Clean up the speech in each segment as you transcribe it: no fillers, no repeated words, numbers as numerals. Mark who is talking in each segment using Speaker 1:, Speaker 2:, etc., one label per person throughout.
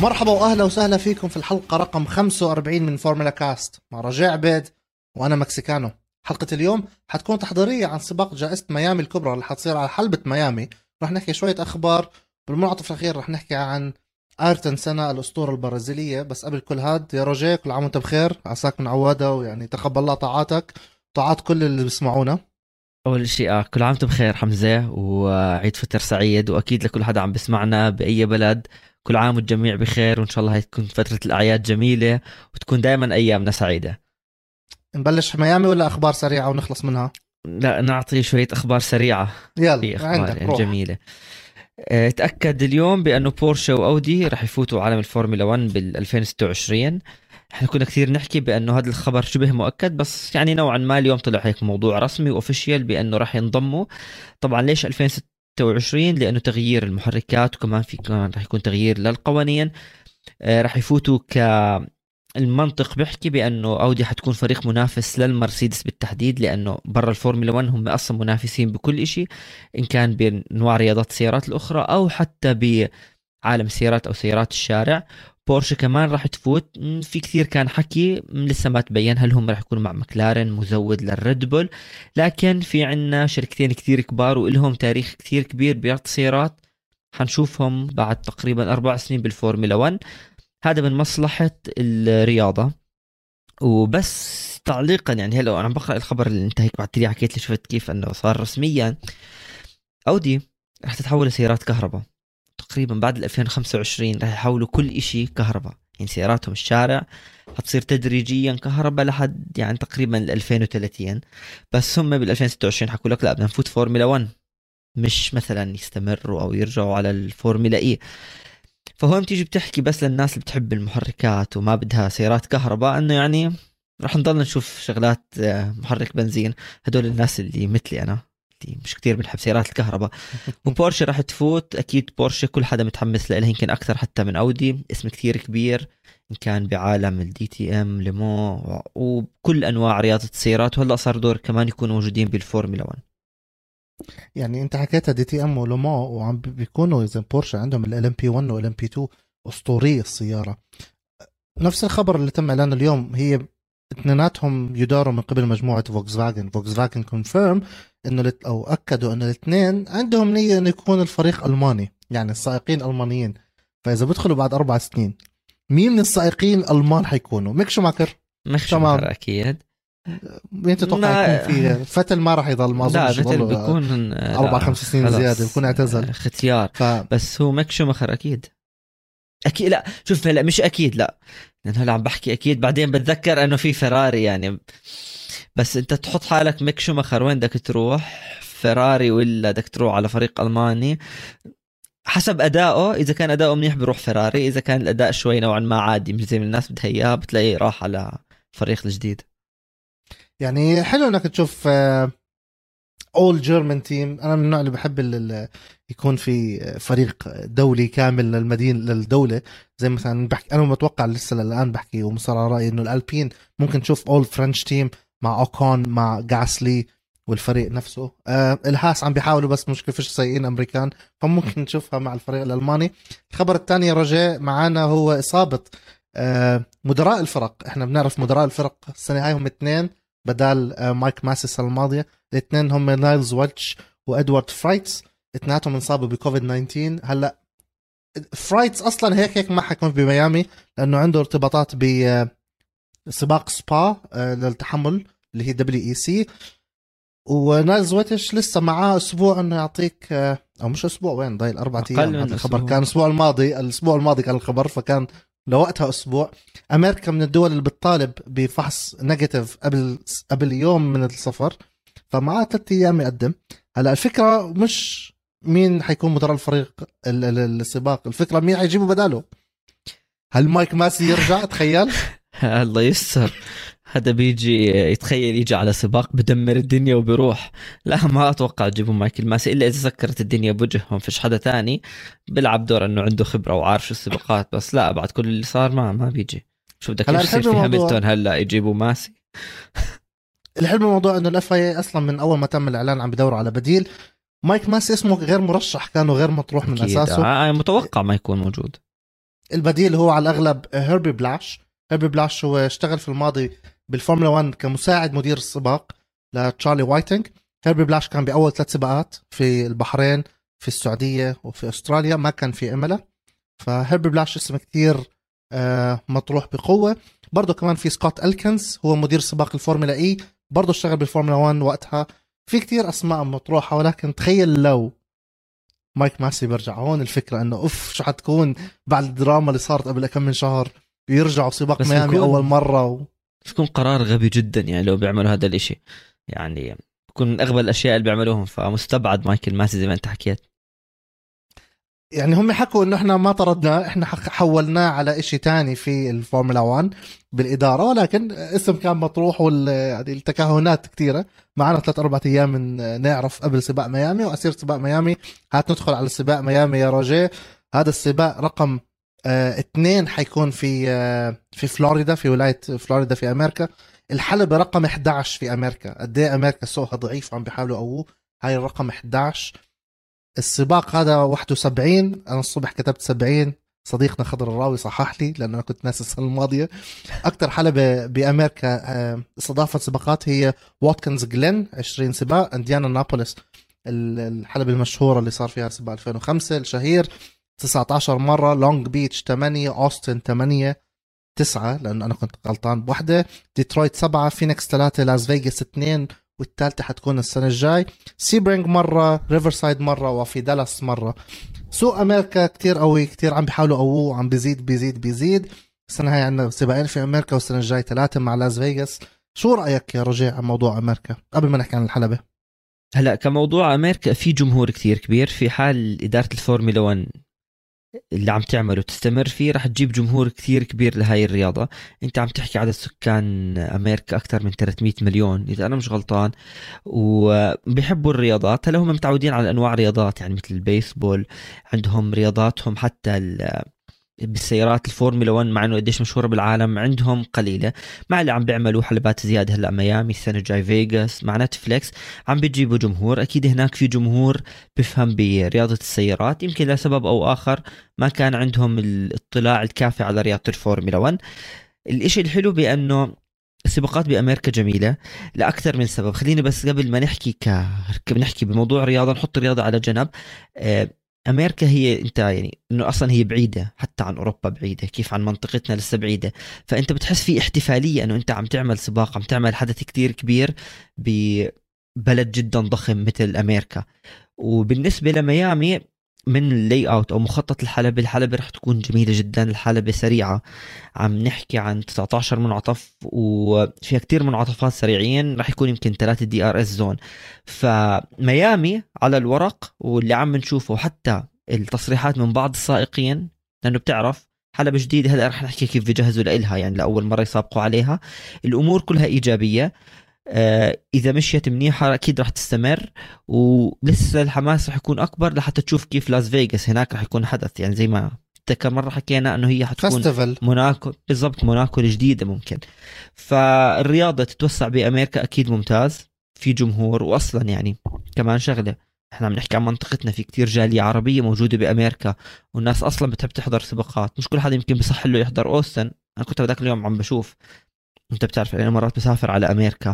Speaker 1: مرحبا واهلا وسهلا فيكم في الحلقة رقم 45 من فورمولا كاست مع رجاء عبيد وانا مكسيكانو. حلقة اليوم حتكون تحضيرية عن سباق جائزة ميامي الكبرى اللي حتصير على حلبة ميامي. رح نحكي شوية اخبار، بالمنعطف الاخير رح نحكي عن ايرتون سنة الاسطورة البرازيلية. بس قبل كل هاد يا رجاء كل عام وانت بخير، عساك من عوادة ويعني تقبل الله طاعاتك طاعات كل اللي بيسمعونا.
Speaker 2: أول شيء كل عام وأنت بخير حمزة، وعيد فطر سعيد، وأكيد لكل حدا عم بسمعنا بأي بلد كل عام والجميع بخير، وإن شاء الله هي تكون فترة الأعياد جميلة وتكون دائما أيامنا سعيدة.
Speaker 1: نبلش ميامي ولا اخبار سريعة ونخلص منها؟
Speaker 2: لا، نعطي شوية أخبار سريعة.
Speaker 1: يلا
Speaker 2: في أخبار
Speaker 1: عندك
Speaker 2: يعني
Speaker 1: روح.
Speaker 2: جميلة. تأكد اليوم بأنه بورشا وأودي رح يفوتوا عالم الفورمولا 1 بال 2026. احنا كنا كثير نحكي بأنه هذا الخبر شبه مؤكد، بس يعني نوعا ما اليوم طلع هيك موضوع رسمي وأوفيشيال بأنه رح ينضموا. طبعا ليش 2026؟ لأنه تغيير المحركات، وكمان في كمان رح يكون تغيير للقوانين. رح يفوتوا المنطق بيحكي بأنه أودي حتكون فريق منافس للمرسيدس بالتحديد، لأنه برا الفورمولا 1 هم أصلا منافسين بكل إشي، إن كان بأنواع رياضات السيارات الأخرى أو حتى بعالم السيارات أو سيارات الشارع. بورشه كمان راح تفوت. في كثير كان حكي لسه ما تبين هل هم راح يكونوا مع مكلارن مزود للريد بول، لكن في عنا شركتين كثير كبار وإلهم تاريخ كثير كبير برياضة السيارات، حنشوفهم بعد تقريبا 4 سنين بالفورمولا 1. هذا من مصلحة الرياضة. وبس تعليقا، يعني هلا انا عم بقرا الخبر اللي انت هيك بعت لي، حكيت لي شفت كيف انه صار رسميا اودي رح تتحول لسيارات كهرباء تقريبا بعد 2025. رح يحولوا كل إشي كهرباء، يعني سياراتهم الشارع حتصير تدريجيا كهرباء لحد يعني تقريبا 2030. بس هم بال 2026 حكوا لك لا، بدنا نفوت فورمولا 1، مش مثلا يستمروا او يرجعوا على الفورمولا اي. فهون بتيجي بتحكي بس للناس اللي بتحب المحركات وما بدها سيارات كهرباء انه يعني رح نضل نشوف شغلات محرك بنزين. هدول الناس اللي مثلي انا اللي مش كتير بنحب سيارات الكهرباء. وبورشه راح تفوت اكيد. بورشه كل حدا متحمس لها، يمكن اكثر حتى من اودي، اسم كتير كبير ان كان بعالم الدي تي ام ليمو وكل انواع رياضه السيارات، وهلا صار دور كمان يكونوا موجودين بالفورمولا 1.
Speaker 1: يعني انت حكيتها دي تي ام ولومو، وعم بيكونوا زي بورشه عندهم ال ام بي 1 وال ام بي 2، اسطوريه السياره. نفس الخبر اللي تم اعلانه اليوم، هي اثنيناتهم يداروا من قبل مجموعه فوكس فاجن. فوكس فاجن كونفيرم انه او اكدوا انه الاثنين عندهم نيه انه يكون الفريق الماني، يعني السائقين المانيين. فاذا بدخلوا بعد 4 سنين، مين من السائقين الالمان حيكونوا؟ ميك شوماكر.
Speaker 2: مش
Speaker 1: تمام.
Speaker 2: شمخر اكيد.
Speaker 1: مين تتوقع يكون
Speaker 2: ما
Speaker 1: فيه؟ فتل ما راح يضل، ما
Speaker 2: لا،
Speaker 1: اظنش
Speaker 2: مثل
Speaker 1: يضل
Speaker 2: بيكون
Speaker 1: 4 5 سنين زياده،
Speaker 2: خلاص
Speaker 1: بيكون اعتزل.
Speaker 2: ختيار.
Speaker 1: ف
Speaker 2: بس هو ميك شومخر اكيد. اكيد لا، شوف هلا مش اكيد لا، لان هلا عم بحكي اكيد بعدين بتذكر انه في فيراري يعني. بس انت تحط حالك ميك شومخر وين بدك تروح؟ فيراري ولا بدك تروح على فريق الماني؟ حسب ادائه، اذا كان اداؤه منيح بروح فيراري، اذا كان الاداء شوي نوعا ما عادي مش زي ما الناس بدها اياه بتلاقيه راح على الفريق الجديد.
Speaker 1: يعني حلو انك تشوف اول جيرمان تيم. انا من النوع اللي بحب يكون في فريق دولي كامل للمدينه للدوله. زي مثلا بحكي انا متوقع لسه الان بحكي ومصر على رايي انه الالبين ممكن تشوف اول فرنش تيم مع اوكون مع جاسلي والفريق نفسه. الهاس عم بيحاولوا بس مشكله فيش سايقين امريكان، فممكن نشوفها مع الفريق الالماني. الخبر الثاني يا رجاء معانا هو اصابه مدراء الفرق. احنا بنعرف مدراء الفرق السنه هاي هم اثنين بدال مايك ماسس الماضيه. الاثنين هم نايلز ويلتش وادوارد فرايتس، اثنيناتهم انصابوا بكوفيد 19. هلا فرايتس اصلا هيك ما حيكون بميامي لانه عنده ارتباطات بسباق سبا للتحمل اللي هي دبليو اي سي. ونايلز ويلتش لسه معاه اسبوع انه يعطيك او مش اسبوع، وين ضايل 4 ايام.
Speaker 2: اقل من
Speaker 1: هذا الخبر
Speaker 2: اسبوع.
Speaker 1: كان الاسبوع الماضي كان الخبر، فكان لوقتها اسبوع. امريكا من الدول اللي بتطالب بفحص نيجاتيف قبل يوم من السفر، فمعاه 3 ايام يقدم. هلا الفكره مش مين حيكون مدرب الفريق السباق، الفكره مين حيجيبوا بداله. هل مايك ماسي يرجع؟ تخيل.
Speaker 2: الله يستر. هذا بيجي يتخيل يجي على سباق بدمر الدنيا وبيروح. لا، ما اتوقع تجيبوا مايكل ماسي الا اذا سكرت الدنيا بوجههم، فيش حدا تاني بيلعب دور انه عنده خبره وعارف شو السباقات. بس لا، بعد كل اللي صار ما بيجي. شو بدك
Speaker 1: هلا
Speaker 2: ايش يصير
Speaker 1: الحلم
Speaker 2: في
Speaker 1: الموضوع
Speaker 2: هاملتون هلا يجيبوا ماسي؟
Speaker 1: انه الاف اي اصلا من اول ما تم الاعلان عم بدوروا على بديل. مايك ماسي اسمه غير مرشح، كانوا غير مطروح من
Speaker 2: اكيد
Speaker 1: اساسه.
Speaker 2: متوقع ما يكون موجود.
Speaker 1: البديل هو على الأغلب هيربي بلاش. هيربي بلاش هو اشتغل في الماضي بالفورمولا 1 كمساعد مدير السباق لتشارلي وايتنج. هيربي بلاش كان بأول 3 سباقات في البحرين، في السعودية وفي أستراليا، ما كان في إملا. فهيربي بلاش اسم كتير مطروح بقوة. برضه كمان في سكوت ألكنز، هو مدير سباق الفورمولا إي، برضه اشتغل بالفورمولا 1 وقتها. في كتير أسماء مطروحة، ولكن تخيل لو مايك ماسي برجع. هون الفكرة انه شو حتكون بعد الدراما اللي صارت قبل كم من شهر، يرجعوا سباق ميامي اول مرة
Speaker 2: بيكون قرار غبي جدا يعني لو بيعملوا هذا الاشي، يعني بيكون من اغبى الاشياء اللي بيعملوهم. فمستبعد مايكل ماسي زي ما انت حكيت.
Speaker 1: يعني هم حكوا انه احنا ما طردناه، احنا حولناه على اشي تاني في الفورمولا 1 بالادارة، ولكن اسم كان مطروح والتكهنات كتيرة. معنا 3-4 ايام من نعرف قبل سباق ميامي واسير سباق ميامي. هات ندخل على سباق ميامي يا روجيه. هذا السباق رقم 2 حيكون في فلوريدا، في ولاية فلوريدا في امريكا. الحلبة رقم 11 في امريكا. قد ايه امريكا سوقها ضعيف وعم بيحاولوا يقووه. هاي الرقم 11. السباق هذا 71. انا الصبح كتبت 70، صديقنا خضر الراوي صحح لي لانه انا كنت ناسي السنه الماضيه. اكثر حلبه بامريكا استضافت سباقات هي واتكنز جلين 20 سباق، انديانا نابوليس الحلبة المشهورة اللي صار فيها سباق 2005 الشهير 19 مرة، لونج بيتش 8، أوستن 8 9 لأنه أنا كنت غلطان بوحدة، ديترويت 7، فينيكس 3، لاس فيغاس 2، والثالثة حتكون السنة الجاي، سيبرينج مرة، ريفرسايد مرة، وفي دالاس مرة. سوق أمريكا كتير قوي، كتير عم بيحاولوا قووه، عم بيزيد. السنة هاي عندنا سباقين في أمريكا، والسنة الجاي 3 مع لاس فيغاس. شو رأيك يا رجاء عن موضوع أمريكا قبل ما نحكي عن الحلبة؟
Speaker 2: هلا كموضوع امريكا في جمهور كتير كبير، في حال اداره الفورمولا 1 اللي عم تعمله وتستمر فيه راح تجيب جمهور كتير كبير لهاي الرياضة. انت عم تحكي عدد سكان امريكا اكثر من 300 مليون اذا انا مش غلطان، وبيحبوا الرياضات. هلا هم متعودين على انواع رياضات يعني مثل البيسبول، عندهم رياضاتهم حتى بالسيارات الفورمولا 1 مع انه قديش مشهوره بالعالم عندهم قليله. مع اللي عم بيعملوا حلبات زياده هلا ميامي، السنه الجاي فيغاس، مع نتفليكس عم بيجيبوا جمهور. اكيد هناك في جمهور بفهم برياضه السيارات، يمكن لسبب او اخر ما كان عندهم الاطلاع الكافي على رياضه الفورمولا 1. الاشي الحلو بانه السباقات بامريكا جميله لاكثر من سبب. خليني بس قبل ما نحكي نحكي بموضوع رياضه، نحط الرياضه على جنب. امريكا هي انت يعني انه اصلا هي بعيده حتى عن اوروبا، بعيده كيف عن منطقتنا لسه بعيده. فانت بتحس في احتفاليه انه انت عم تعمل سباق، عم تعمل حدث كتير كبير ببلد جدا ضخم مثل امريكا. وبالنسبه لميامي من اللاي اوت او مخطط الحلبة رح تكون جميله جدا. الحلبة سريعه، عم نحكي عن 19 منعطف وفيها كتير منعطفات سريعين، رح يكون يمكن 3 دي ار اس زون. فميامي على الورق واللي عم نشوفه حتى التصريحات من بعض السائقين، لانه بتعرف حلبة جديدة هلا رح نحكي كيف بيجهزوا لها، يعني لأول مرة يسابقوا عليها. الأمور كلها إيجابية. إذا مشيت منيحة أكيد رح تستمر، ولسه الحماس رح يكون أكبر لحتى تشوف كيف لاس فيغاس هناك رح يكون حدث. يعني زي ما تذكر مرة حكينا أنه هي حتكون
Speaker 1: فستيفال
Speaker 2: موناكو، بالضبط موناكو الجديدة ممكن. فالرياضة تتوسع بأمريكا أكيد ممتاز، في جمهور. وأصلا يعني كمان شغلة، احنا عم نحكي عن منطقتنا، في كتير جالية عربية موجودة بأمريكا، والناس أصلا بتحب تحضر سباقات. مش كل حدا يمكن بصح له يحضر أوستن. أنا كنت هذاك اليوم عم بشوف، انت بتعرف يعني مرات بسافر على امريكا،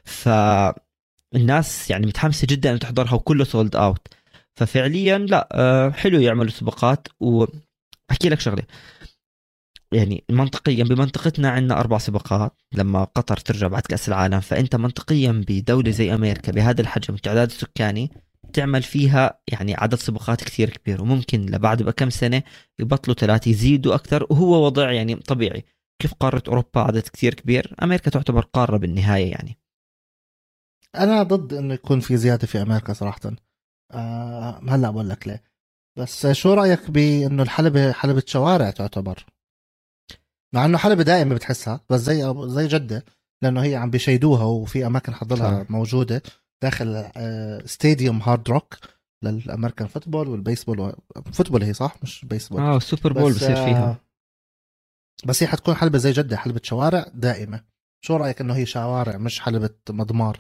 Speaker 2: فالناس يعني متحمسه جدا ان تحضرها وكله سولد اوت. ففعليا لا حلو يعملوا سباقات. واحكي لك شغله، يعني منطقيا بمنطقتنا عندنا 4 سباقات لما قطر ترجع بعد كأس العالم. فأنت منطقيا بدولة زي أمريكا بهذا الحجم التعداد السكاني تعمل فيها يعني عدد سباقات كثير كبير، وممكن لبعد بكم سنة يبطلوا 3 يزيدوا أكثر، وهو وضع يعني طبيعي. كيف قارة أوروبا عدد كثير كبير، أمريكا تعتبر قارة بالنهاية يعني.
Speaker 1: انا ضد انه يكون في زياده في امريكا صراحه. هلا بقول لك ليه. بس شو رايك بانه حلبة شوارع تعتبر، مع انه حلبة دائما بتحسها بس زي جده، لانه هي عم بيشيدوها وفي اماكن حضلها
Speaker 2: صح.
Speaker 1: موجوده داخل ستاديوم هارد روك للامريكان فوتبول والبيسبول فوتبول هي صح مش بيسبول.
Speaker 2: والسوبر بول
Speaker 1: بس
Speaker 2: بصير فيها.
Speaker 1: بس هي حتكون حلبة زي جده، حلبة شوارع دائمه. شو رايك انه هي شوارع مش حلبة مضمار؟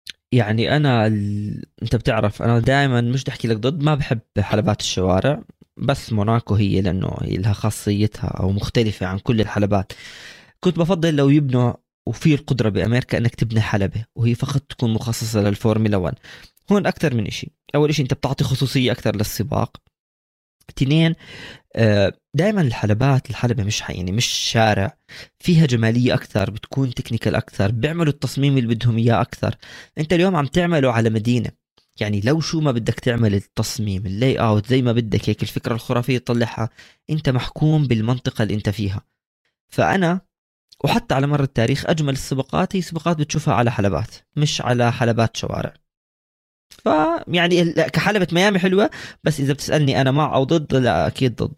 Speaker 2: يعني أنا انت بتعرف أنا دائما مش بدي أحكي لك ضد، ما بحب حلبات الشوارع. بس موناكو هي لأنه هي لها خاصيتها أو مختلفة عن كل الحلبات. كنت بفضل لو يبنوا وفي القدرة بأمريكا أنك تبني حلبة وهي فقط تكون مخصصة للفورمولا 1. هون أكثر من إشي. أول إشي أنت بتعطي خصوصية أكثر للسباق. اثنين، دائما الحلبة مش يعني مش شارع، فيها جمالية أكثر، بتكون تكنيكال أكثر، بيعملوا التصميم اللي بدهم إياه أكثر. أنت اليوم عم تعمله على مدينة، يعني لو شو ما بدك تعمل التصميم اللاي اوت زي ما بدك هيك الفكرة الخرافية تطلعها، أنت محكوم بالمنطقة اللي أنت فيها. فأنا وحتى على مر التاريخ أجمل السباقات هي سباقات بتشوفها على حلبات مش على حلبات شوارع. فيعني كحلبة ميامي حلوة، بس إذا بتسألني أنا مع أو ضد، لا أكيد ضد.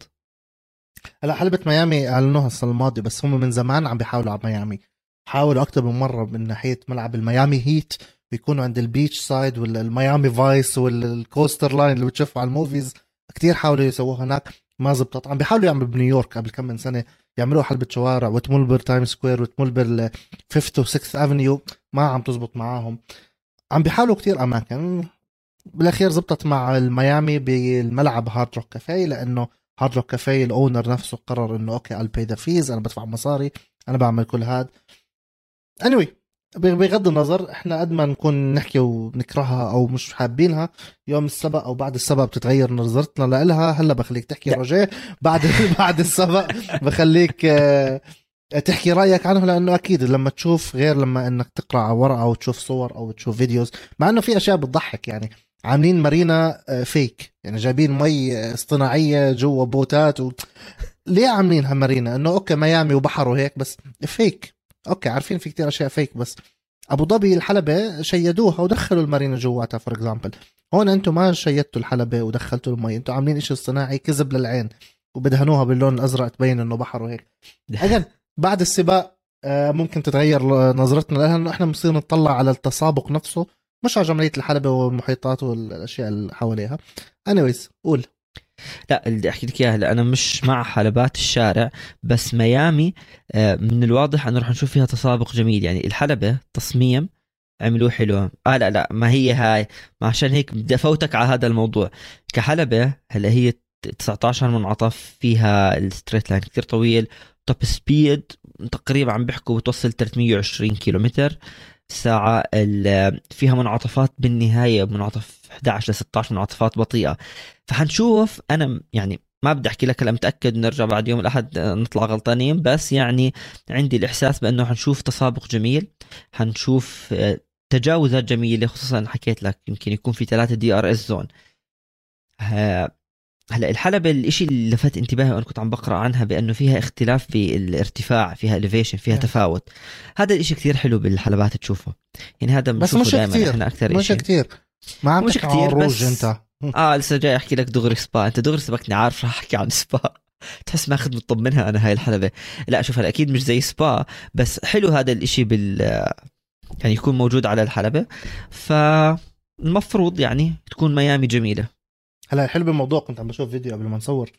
Speaker 1: هلا حلبة ميامي اعلنوها السنة الماضية، بس هم من زمان عم بيحاولوا على ميامي. حاولوا أكتر من مرة من ناحية ملعب الميامي هيت، بيكونوا عند البيتش سايد ولا الميامي فايس والكوستر لاين اللي بتشوفوا على الموفيز. كتير حاولوا يسووها هناك، ما زبطت. عم بيحاولوا يعملوا بنيويورك قبل كم من سنة، يعملوا حلبة شوارع وتمل بالتايم سكوير وتمل بالفيفث وسكس افنيو، ما عم تزبط معاهم. عم بيحاولوا كتير أماكن. بالاخير زبطت مع الميامي بالملعب هارد روك كافيه، لانه هارد روك كافيه الاونر نفسه قرر انه اوكي I'll pay the fees، انا بدفع مصاري، انا بعمل كل هاد. anyway، بغض النظر احنا قد ما نكون نحكي ونكرهها او مش حابينها، يوم السبق او بعد السبق بتتغير نظرتنا لها. هلا بخليك تحكي روجيه، بعد بعد السبق بخليك تحكي رايك عنه، لانه اكيد لما تشوف غير لما انك تقرا على ورقه او تشوف صور او تشوف فيديوز. مع انه في اشياء بتضحك، يعني عاملين مارينا فيك، يعني جايبين مي اصطناعيه جوا بوتات ليه عاملينها مارينا؟ انه اوكي ميامي وبحر وهيك، بس فيك. اوكي عارفين في كتير اشياء فيك، بس ابو ظبي الحلبة شيدوها ودخلوا المارينا جواتها فور اكزامبل. هون انتم ما شيدتوا الحلبة ودخلتوا المي، انتم عاملين اشي اصطناعي كذب للعين، وبدهنوها باللون الازرق تبين انه بحر وهيك. اجل بعد السباق ممكن تتغير نظرتنا لها، انه احنا بنصير نطلع على التسابق نفسه، مش على جمالية الحلبة والمحيطات والاشياء اللي حواليها. anyways قول.
Speaker 2: لا اللي بدي احكي لك اياها، هلا انا مش مع حلبات الشارع، بس ميامي من الواضح انه رح نشوف فيها تسابق جميل. يعني الحلبة تصميم عملوه حلو. لا ما هي هاي، ما عشان هيك بدي افوتك على هذا الموضوع. كحلبة هلا هي 19 منعطف، فيها الستريت لاين كتير طويل، توب سبيد تقريبا عم بيحكوا بتوصل 320 كيلومتر ساعة. فيها منعطفات بالنهاية، منعطف 11 ل 16 منعطفات بطيئة. فحنشوف. أنا يعني ما بدي أحكي لك هلا متأكد نرجع بعد يوم الأحد نطلع غلطانين، بس يعني عندي الإحساس بأنه حنشوف تسابق جميل، حنشوف تجاوزات جميلة. خصوصا حكيت لك يمكن يكون في 3 DRS زون. هلا الحلبة الاشي اللي لفت انتباهي وانا كنت عم بقرا عنها بانه فيها اختلاف بالارتفاع، فيها elevation، فيها تفاوت. هذا الاشي كتير حلو بالحلبات تشوفه، يعني هذا
Speaker 1: بس
Speaker 2: بنشوفه
Speaker 1: مش
Speaker 2: دائما
Speaker 1: كتير،
Speaker 2: احنا اكثر
Speaker 1: مش
Speaker 2: اشي.
Speaker 1: كتير، ما عم
Speaker 2: مش
Speaker 1: تحكي عن
Speaker 2: كتير
Speaker 1: عروج
Speaker 2: بس
Speaker 1: انت.
Speaker 2: لسه جاي احكي لك دغري سبا. انت دغري سبقني، عارف رح احكي عن سبا. تحس ماخذ مطمنها انا هاي الحلبة. لا شوف هلا اكيد مش زي سبا، بس حلو هذا الاشي يعني يكون موجود على الحلبة. فالمفروض يعني تكون ميامي جميلة.
Speaker 1: هلا الحلو بالموضوع، كنت عم بشوف فيديو قبل ما نصور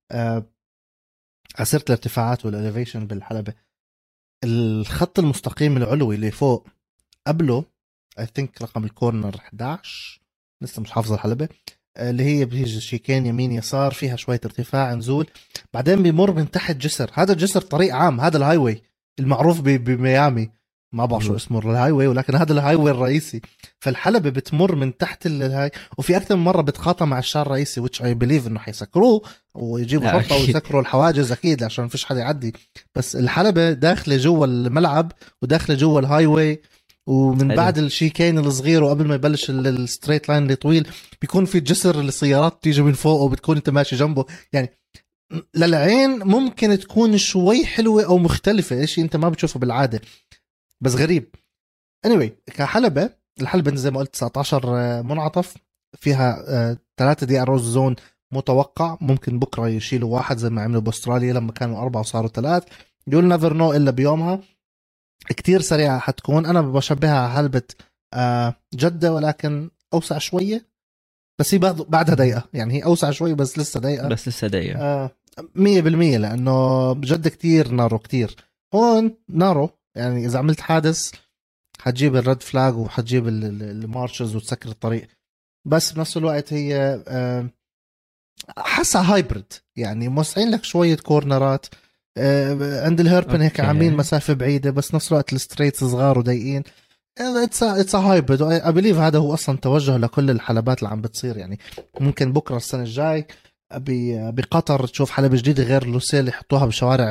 Speaker 1: عسيرة الارتفاعات والاليفيشن بالحلبة. الخط المستقيم العلوي اللي فوق قبله I think رقم الكورنر 11، لسه مش حافظ الحلبة، اللي هي بيجي شيكين يمين يسار، فيها شوية ارتفاع نزول، بعدين بيمر من تحت جسر. هذا الجسر طريق عام، هذا الهاي واي المعروف بميامي، ما بعرف شو اسمه الهاي واي، ولكن هذا الهاي واي الرئيسي. فالحلبة بتمر من تحت الهاي، وفي أكثر من مرة بتقاطع مع الشارع الرئيسي which I believe إنه حيسكروه ويجيبوا شرطة ويسكروا الحواجز أكيد عشان ما فيش حدا يعدي. بس الحلبة داخلة جوا الملعب وداخلة جوا الهاي واي، ومن بعد الشيكين الصغير وقبل ما يبلش الستريت لاين اللي طويل بيكون في جسر السيارات تيجي من فوق وبتكون انت ماشي جنبه. يعني للعين ممكن تكون شوي حلوة او مختلفة، اشي انت ما بتشوفه بالعادة بس غريب. anyway كحلبة، الحلبة زي ما قلت 19 منعطف، فيها 3 دي اروز زون متوقع. ممكن بكرة يشيلوا واحد زي ما عملوا باستراليا لما كانوا 4 وصاروا 3. يقول نيفر نو الا بيومها. كتير سريعة حتكون، أنا بشبهها على حلبة جدة ولكن أوسع شوية، بس هي بعدها ضيقة. يعني هي أوسع شوية بس لسه ضيقة، 100%. لأنه جدة كتير نارو، كتير هون نارو. يعني إذا عملت حادث حتجيب الرد فلاج وحتجيب المارشز وتسكر الطريق. بس بنفس الوقت هي حاسة هايبرد، يعني موسعين لك شوية كورنرات. عند الهيربن هيك عاملين مسافة بعيدة، بس نفس الوقت الستريتس صغار وضيقين. اتس هايبرد. اي بليف هذا هو اصلا توجه لكل الحلبات اللي عم بتصير. يعني ممكن بكره السنه الجاي بقطر تشوف حلبة جديدة غير لوسيل يحطوها بشوارع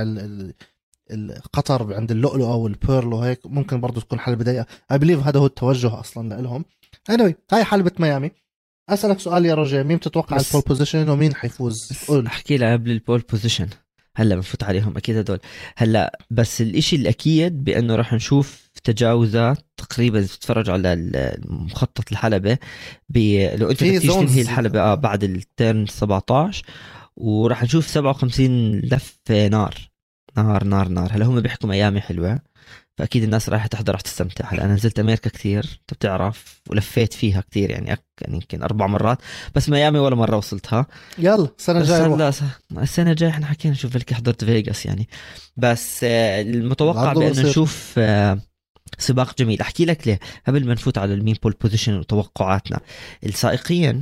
Speaker 1: القطر عند اللؤلؤة والبيرل وهيك. ممكن برضو تكون حلبة ضيقة. اي بليف هذا هو التوجه اصلا لهم. anyway هاي حلبة ميامي. اسالك سؤال يا رجاء، مين بتتوقع البول بوزيشن ومين حيفوز؟ قول.
Speaker 2: احكي لها قبل البول بوزيشن، هلا بنفوت عليهم اكيد هدول. هلا بس الاشي الاكيد بانه راح نشوف تجاوزات تقريبا. اذا تتفرج على مخطط الحلبة لو انت بدك تنهي الحلبة بعد التيرن 17، وراح نشوف 57 لفة نار. هلا هم بيحكوا ميامي حلوة، فاكيد الناس رايحه تحضر، راح تستمتع. هلا انا نزلت امريكا كتير انت بتعرف، ولفيت فيها كتير يعني يعني يمكن 4 مرات، بس ميامي ولا مره وصلتها.
Speaker 1: يلا السنه الجايه
Speaker 2: لا السنه الجايه احنا حكينا نشوف لك حضرت فيغاس يعني. بس المتوقع بانه نشوف سباق جميل. احكي لك ليه قبل ما نفوت على المين بول بوزيشن وتوقعاتنا. السائقين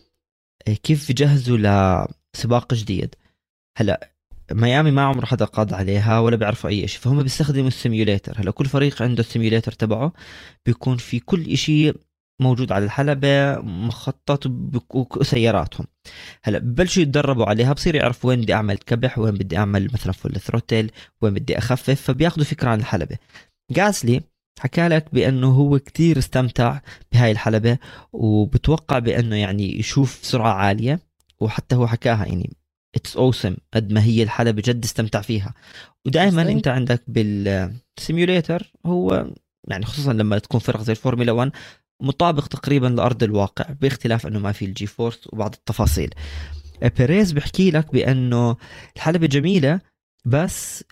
Speaker 2: كيف جهزوا لسباق جديد. هلا ميامي ما عمره حدا قاد عليها ولا بيعرفوا اي شيء، فهم بيستخدموا السيميوليتر. هلا كل فريق عنده السيميوليتر تبعه، بيكون في كل شيء موجود على الحلبة مخطط وسياراتهم. هلا ببلشوا يتدربوا عليها، بصير يعرفوا وين بدي اعمل كبح، وين بدي اعمل مثلا فول ثروتل، وين بدي اخفف، فبياخذوا فكرة عن الحلبة. جاسلي حكى لك بانه هو كتير استمتع بهاي الحلبة، وبتوقع بانه يعني يشوف سرعة عالية. وحتى هو حكاها يعني اتس اوسم قد ما هي الحلبة جد استمتع فيها. ودائما انت عندك بالسيميوليتر هو يعني خصوصا لما تكون فرق زي الفورمولا 1 مطابق تقريبا لأرض الواقع، باختلاف انه ما في الجي فورس وبعض التفاصيل. بيريز بحكي لك بانه الحلبة جميلة، بس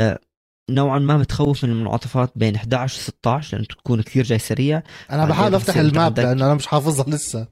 Speaker 2: نوعا ما متخوف من المنعطفات بين 11 و 16 لأنه تكون كثير جاي سريع.
Speaker 1: انا بحاول افتح الماب لانه انا مش حافظها لسه.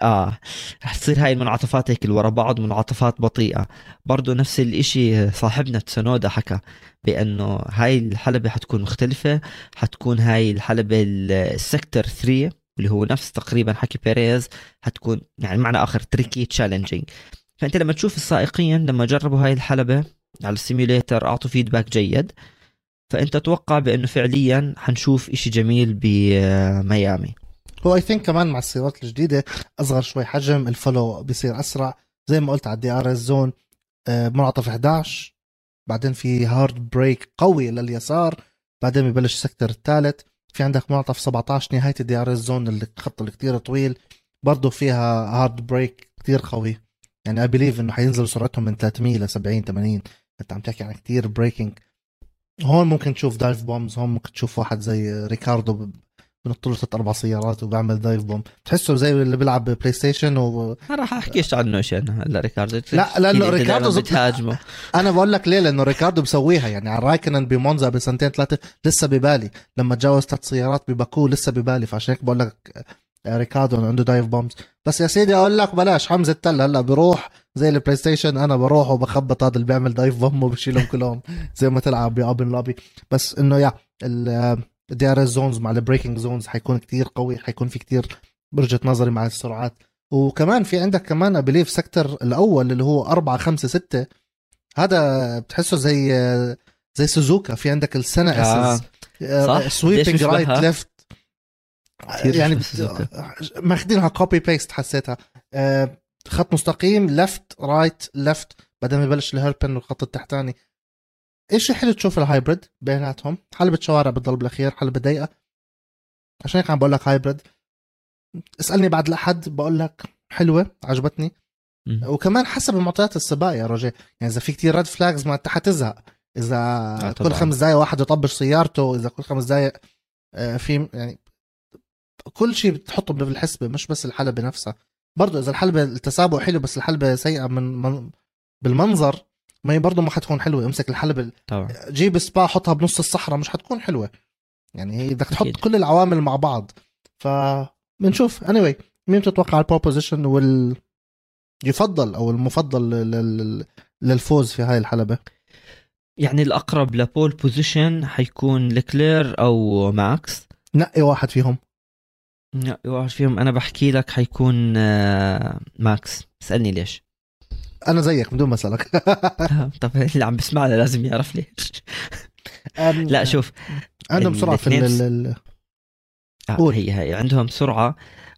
Speaker 2: رح تصير هاي المنعطفات هيك اللي ورا بعض، منعطفات بطيئة. برضو نفس الاشي صاحبنا تسونودا حكى بانه هاي الحلبة حتكون مختلفة. حتكون هاي الحلبة السكتر 3 اللي هو نفس تقريبا حكي بيريز، حتكون يعني معنى اخر تريكي تشالنجينج. فانت لما تشوف السائقين لما جربوا هاي الحلبة على السيميوليتر اعطوا فيدباك جيد، فانت توقع بانه فعليا حنشوف اشي جميل بميامي.
Speaker 1: هو اي ثينك كمان مع السيارات الجديده اصغر شوي حجم، الفولو بيصير اسرع زي ما قلت على الدي ار اس زون. منعطف 11، بعدين في هارد بريك قوي لليسار، بعدين ببلش السكتر الثالث. في عندك منعطف 17 نهايه الدي ار اس زون اللي الخط اللي كتير طويل، برضه فيها هارد بريك كتير قوي. يعني اي بليف انه حينزلوا سرعتهم من 300 ل 70 80. انت عم تحكي عن كتير بريكنج. هون ممكن تشوف دايف بومز، هون ممكن تشوف واحد زي ريكاردو بنط له 3-4 سيارات وبعمل دايف بوم، بتحسه زي اللي بيلعب بلاي ستيشن.
Speaker 2: ما راح احكيش عنه شيء انا هلا ريكاردو.
Speaker 1: لا لانه ريكاردو
Speaker 2: بتهاجمه.
Speaker 1: انا بقول لك ليه، لانه ريكاردو بسويها. يعني على رايكنن بمونزا بسنتين ثلاثه لسه ببالي، لما تجاوز 3 سيارات بباكو لسه ببالي. فعشان هيك بقول لك ريكاردو عنده دايف بومز. بس يا سيدي اقول لك بلاش حمزه التل هلا بروح زي البلاي ستيشن، انا بروح وبخبط هذا اللي بيعمل دايف بوم وبشيلهم كلهم زي ما تلعب بأوبن لوبي. بس انه يا الدي ار اس زونز مع البريكنج زونز حيكون كتير قوي، حيكون في كتير برجة نظري مع السرعات. وكمان في عندك كمان بليف سكتر الاول اللي هو 4 5 6، هذا بتحسه زي سوزوكا. في عندك السنة سويبنج رايت ليفت، يعني ماخدينها كوبي بيست. حسيتها خط مستقيم ليفت رايت ليفت، بعدين يبلش الهيربن والخط التحتاني. ايش حلو تشوف الهايبرد بيناتهم. حلبة شوارع بالضرب الاخير، حلبة ضيقة. عشان هيك عم بقول لك هايبرد. اسالني بعد الاحد بقول لك حلوه عجبتني. وكمان حسب معطيات السباق يا رجل، يعني اذا في كتير ريد فلاجز ما انت حتزهق. اذا كل 5 دقايق واحد يطبش سيارته، اذا كل 5 دقايق في يعني كل شيء بتحطه بالحسبه، مش بس الحلبة نفسها. برضو اذا الحلبة التسابق حلو بس الحلبة سيئة من بالمنظر، ما هي برضو ما حتكون حلوة. امسك الحلبة جيب سبا حطها بنص الصحراء، مش حتكون حلوة. يعني هي بدك تحط كل العوامل مع بعض. فبنشوف anyway مين تتوقع البروبوزيشن يفضل او المفضل للفوز في هاي الحلبة.
Speaker 2: يعني الاقرب لبول بوزيشن حيكون لكلير او ماكس.
Speaker 1: نقي واحد فيهم.
Speaker 2: انا بحكي لك حيكون ماكس. اسألني ليش.
Speaker 1: انا زيك بدون ما اسالك.
Speaker 2: طب اللي عم بسمعنا لازم يعرف ليش. لا شوف،
Speaker 1: عندهم سرعه في
Speaker 2: الاثنين
Speaker 1: قول.
Speaker 2: هي عندهم سرعة،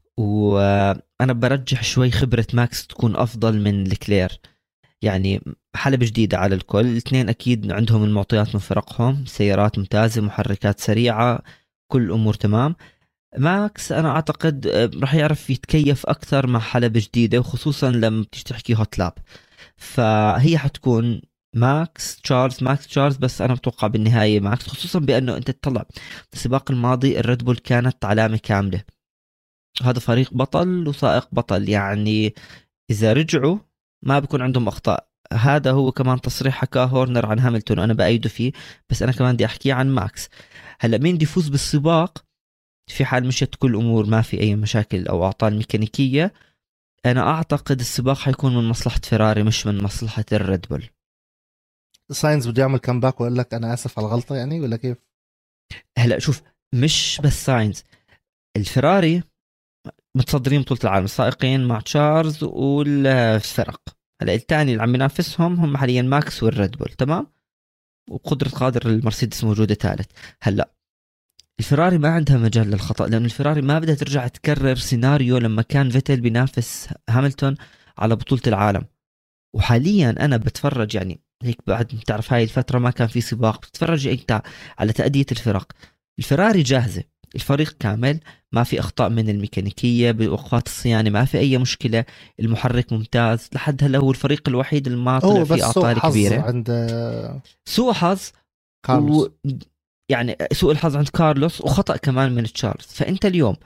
Speaker 2: وأنا برجح شوي خبرة ماكس تكون أفضل من الكلير. يعني حلبة جديدة على الكل، الاثنين أكيد عندهم المعطيات من فرقهم، سيارات ممتازة، محركات سريعة، كل أمور تمام. ماكس أنا أعتقد راح يعرف يتكيف أكثر مع حلبة جديدة، وخصوصا لما بتيجي تحكي هوت لاب، فهي حتكون ماكس تشارلز ماكس تشارلز. بس أنا بتوقع بالنهاية ماكس، خصوصا بأنه أنت تطلع السباق الماضي الريد بول كانت علامة كاملة، هذا فريق بطل وسائق بطل، يعني إذا رجعوا ما بيكون عندهم أخطاء. هذا هو كمان تصريح حكاه هورنر عن هاملتون وأنا بأيده فيه، بس أنا كمان بدي أحكي عن ماكس. هلأ مين دي يفوز بالسباق في حال مشت كل أمور ما في أي مشاكل أو أعطال ميكانيكية؟ أنا أعتقد السباق حيكون من مصلحة فيراري مش من مصلحة الريد بول.
Speaker 1: ساينز بده يعمل كامباك ويقول لك انا اسف على الغلطه يعني، ولا كيف؟
Speaker 2: هلأ شوف، مش بس ساينز، الفراري متصدرين بطولة العالم السائقين مع تشارلز والفرق. هلا الثاني اللي عم ينافسهم هم حاليا ماكس والريد بول، تمام، وبقدرة قادر المرسيدس موجودة ثالث. هلا الفراري ما عندها مجال للخطأ، لأن الفراري ما بدها ترجع تكرر سيناريو لما كان فيتل بينافس هاملتون على بطولة العالم. وحاليا أنا بتفرج يعني هيك بعد تعرف هاي الفترة ما كان في سباق، بتتفرج انت على تأدية الفرق. الفراري جاهزة، الفريق كامل، ما في أخطاء من الميكانيكية بوقفات الصيانة، ما في أي مشكلة، المحرك ممتاز لحد هلا، هو الفريق الوحيد اللي ما طلع
Speaker 1: هو بس
Speaker 2: فيه
Speaker 1: سوء
Speaker 2: أعطال
Speaker 1: حظ
Speaker 2: كبيرة.
Speaker 1: عند
Speaker 2: سوء حظ، و
Speaker 1: كارلوس.
Speaker 2: يعني سوء الحظ عند كارلوس وخطأ كمان من تشارلز. فأنت اليوم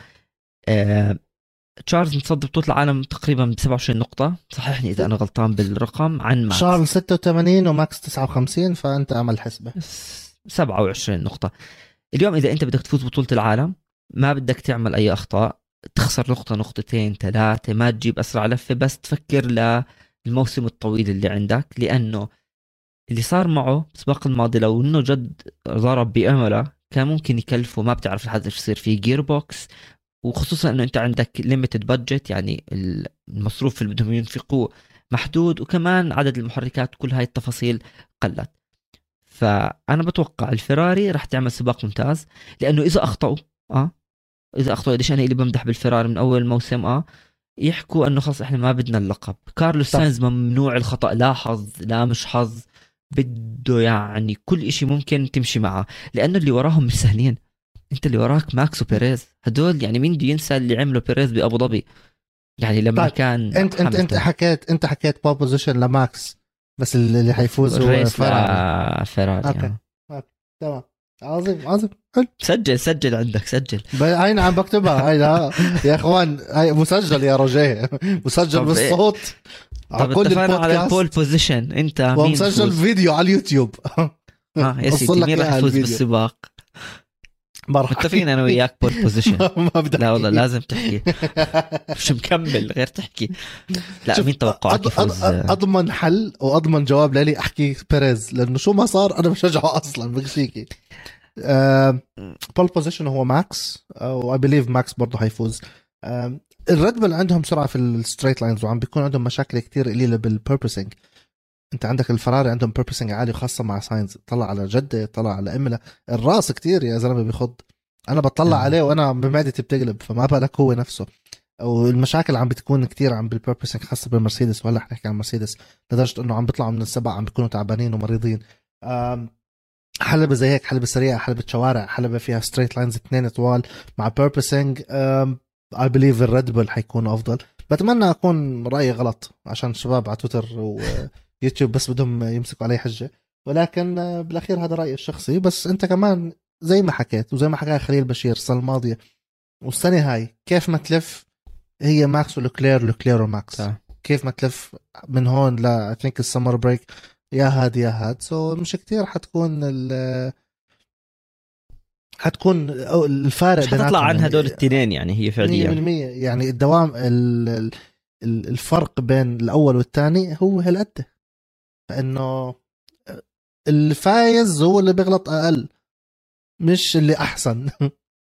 Speaker 2: تشارلز متصدر بطولة العالم تقريبا ب 27 نقطة، صححني إذا أنا غلطان بالرقم، عن ماكس
Speaker 1: شارل 86 وماكس 59، فانت عمل حسبه
Speaker 2: 27 نقطة. اليوم إذا أنت بدك تفوز بطولة العالم ما بدك تعمل أي أخطاء، تخسر نقطة نقطتين ثلاثة، ما تجيب أسرع لفة، بس تفكر للموسم الطويل اللي عندك. لأنه اللي صار معه السباق الماضي لو إنه جد ضرب بأمله كان ممكن يكلفه، ما بتعرف لحد إيش يصير فيه جير بوكس، وخصوصا إنه أنت عندك ليميتد بادجت، يعني المصروف اللي بدهم ينفقوه محدود، وكمان عدد المحركات، كل هاي التفاصيل قلت. فانا بتوقع الفراري راح تعمل سباق ممتاز، لانه اذا اخطاوا اه اذا اخطاوا ليش انا اللي بمدح بالفراري من اول موسم يحكوا انه خلص احنا ما بدنا اللقب. كارلوس
Speaker 1: صح.
Speaker 2: ساينز ممنوع الخطا، لا حظ لا مش حظ، بده يعني كل اشي ممكن تمشي معه، لانه اللي وراهم مش سهلين. انت اللي وراك ماكس وبيريز، هدول يعني مين بده ينسى اللي عمله بيريز بابو ظبي، يعني لما
Speaker 1: طيب
Speaker 2: كان
Speaker 1: انت
Speaker 2: هاملتون.
Speaker 1: حكيت بول بوزيشن لماكس، بس اللي حيفوز هو
Speaker 2: الريس
Speaker 1: فراري.
Speaker 2: لفيراري
Speaker 1: اوكي. أوكي. تمام. عظيم عظيم حلو.
Speaker 2: سجل عندك، سجل.
Speaker 1: هاي عم بكتبها هاي، لا يا اخوان هاي مسجل يا روجيه، مسجل
Speaker 2: طب
Speaker 1: بالصوت على
Speaker 2: طب
Speaker 1: كل
Speaker 2: اتفقنا على البول
Speaker 1: البودكاست،
Speaker 2: بوزيشن، انت مين
Speaker 1: ومسجل
Speaker 2: بفوز؟
Speaker 1: فيديو على اليوتيوب.
Speaker 2: يا
Speaker 1: وصل
Speaker 2: سيدي
Speaker 1: لك
Speaker 2: مين راح
Speaker 1: اياها
Speaker 2: يفوز
Speaker 1: الفيديو.
Speaker 2: بالسباق؟
Speaker 1: ما راح
Speaker 2: متفقين انا
Speaker 1: احكي.
Speaker 2: وياك بول بوزيشن.
Speaker 1: ما بدي
Speaker 2: لا والله
Speaker 1: احكي.
Speaker 2: لازم تحكي، مش مكمل غير تحكي. لا
Speaker 1: شوف
Speaker 2: مين توقعك يفوز؟
Speaker 1: اضمن حل واضمن جواب لي احكي بيريز، لانه شو ما صار انا بشجعه اصلا بكشيكي. بول بوزيشن هو ماكس، واي بليف ماكس برضه حيفوز. الريد بول عندهم سرعه في الستريت لاينز، وعم بيكون عندهم مشاكل كتير قليله بالبيربسنج. انت عندك الفراري عندهم بيربسنج عالي، خاصه مع ساينز، طلع على جده، طلع على املا، الراس كتير يا زلمه بيخض. انا بطلع عليه وانا بمعدتي بتقلب، فما بالك هو نفسه. والمشاكل عم بتكون كتير عم بالبيربسنج، خاصه بالمرسيدس، ولا حنحكي عن مرسيدس، لدرجه انه عم بيطلعوا من السباق عم بيكونوا تعبانين ومريضين. حلبة زي هيك، حلبة سريعة، حلبة شوارع، حلبة فيها ستريت لاينز اثنين طوال مع بيربسنج. اي بليف الريد بول حيكون افضل. بتمنى اكون رايي غلط، عشان الشباب على تويتر ويوتيوب بس بدهم يمسكوا علي حجة، ولكن بالاخير هذا رايي الشخصي. بس انت كمان زي ما حكيت وزي ما حكى خليل بشير السنة الماضية والسنة هاي، كيف ما تلف هي ماكس ولوكلير وماكس. كيف ما تلف من هون لا I think السمر بريك، يا هاد يا هاد. سو مش كتير حتكون الفارق
Speaker 2: مش حتطلع
Speaker 1: بيناتهم
Speaker 2: عن هدول
Speaker 1: يعني
Speaker 2: التنين، يعني هي فعليا
Speaker 1: 100%. يعني الدوام الفرق بين الأول والثاني هو هالقد، فإنه الفايز هو اللي بيغلط أقل، مش اللي أحسن.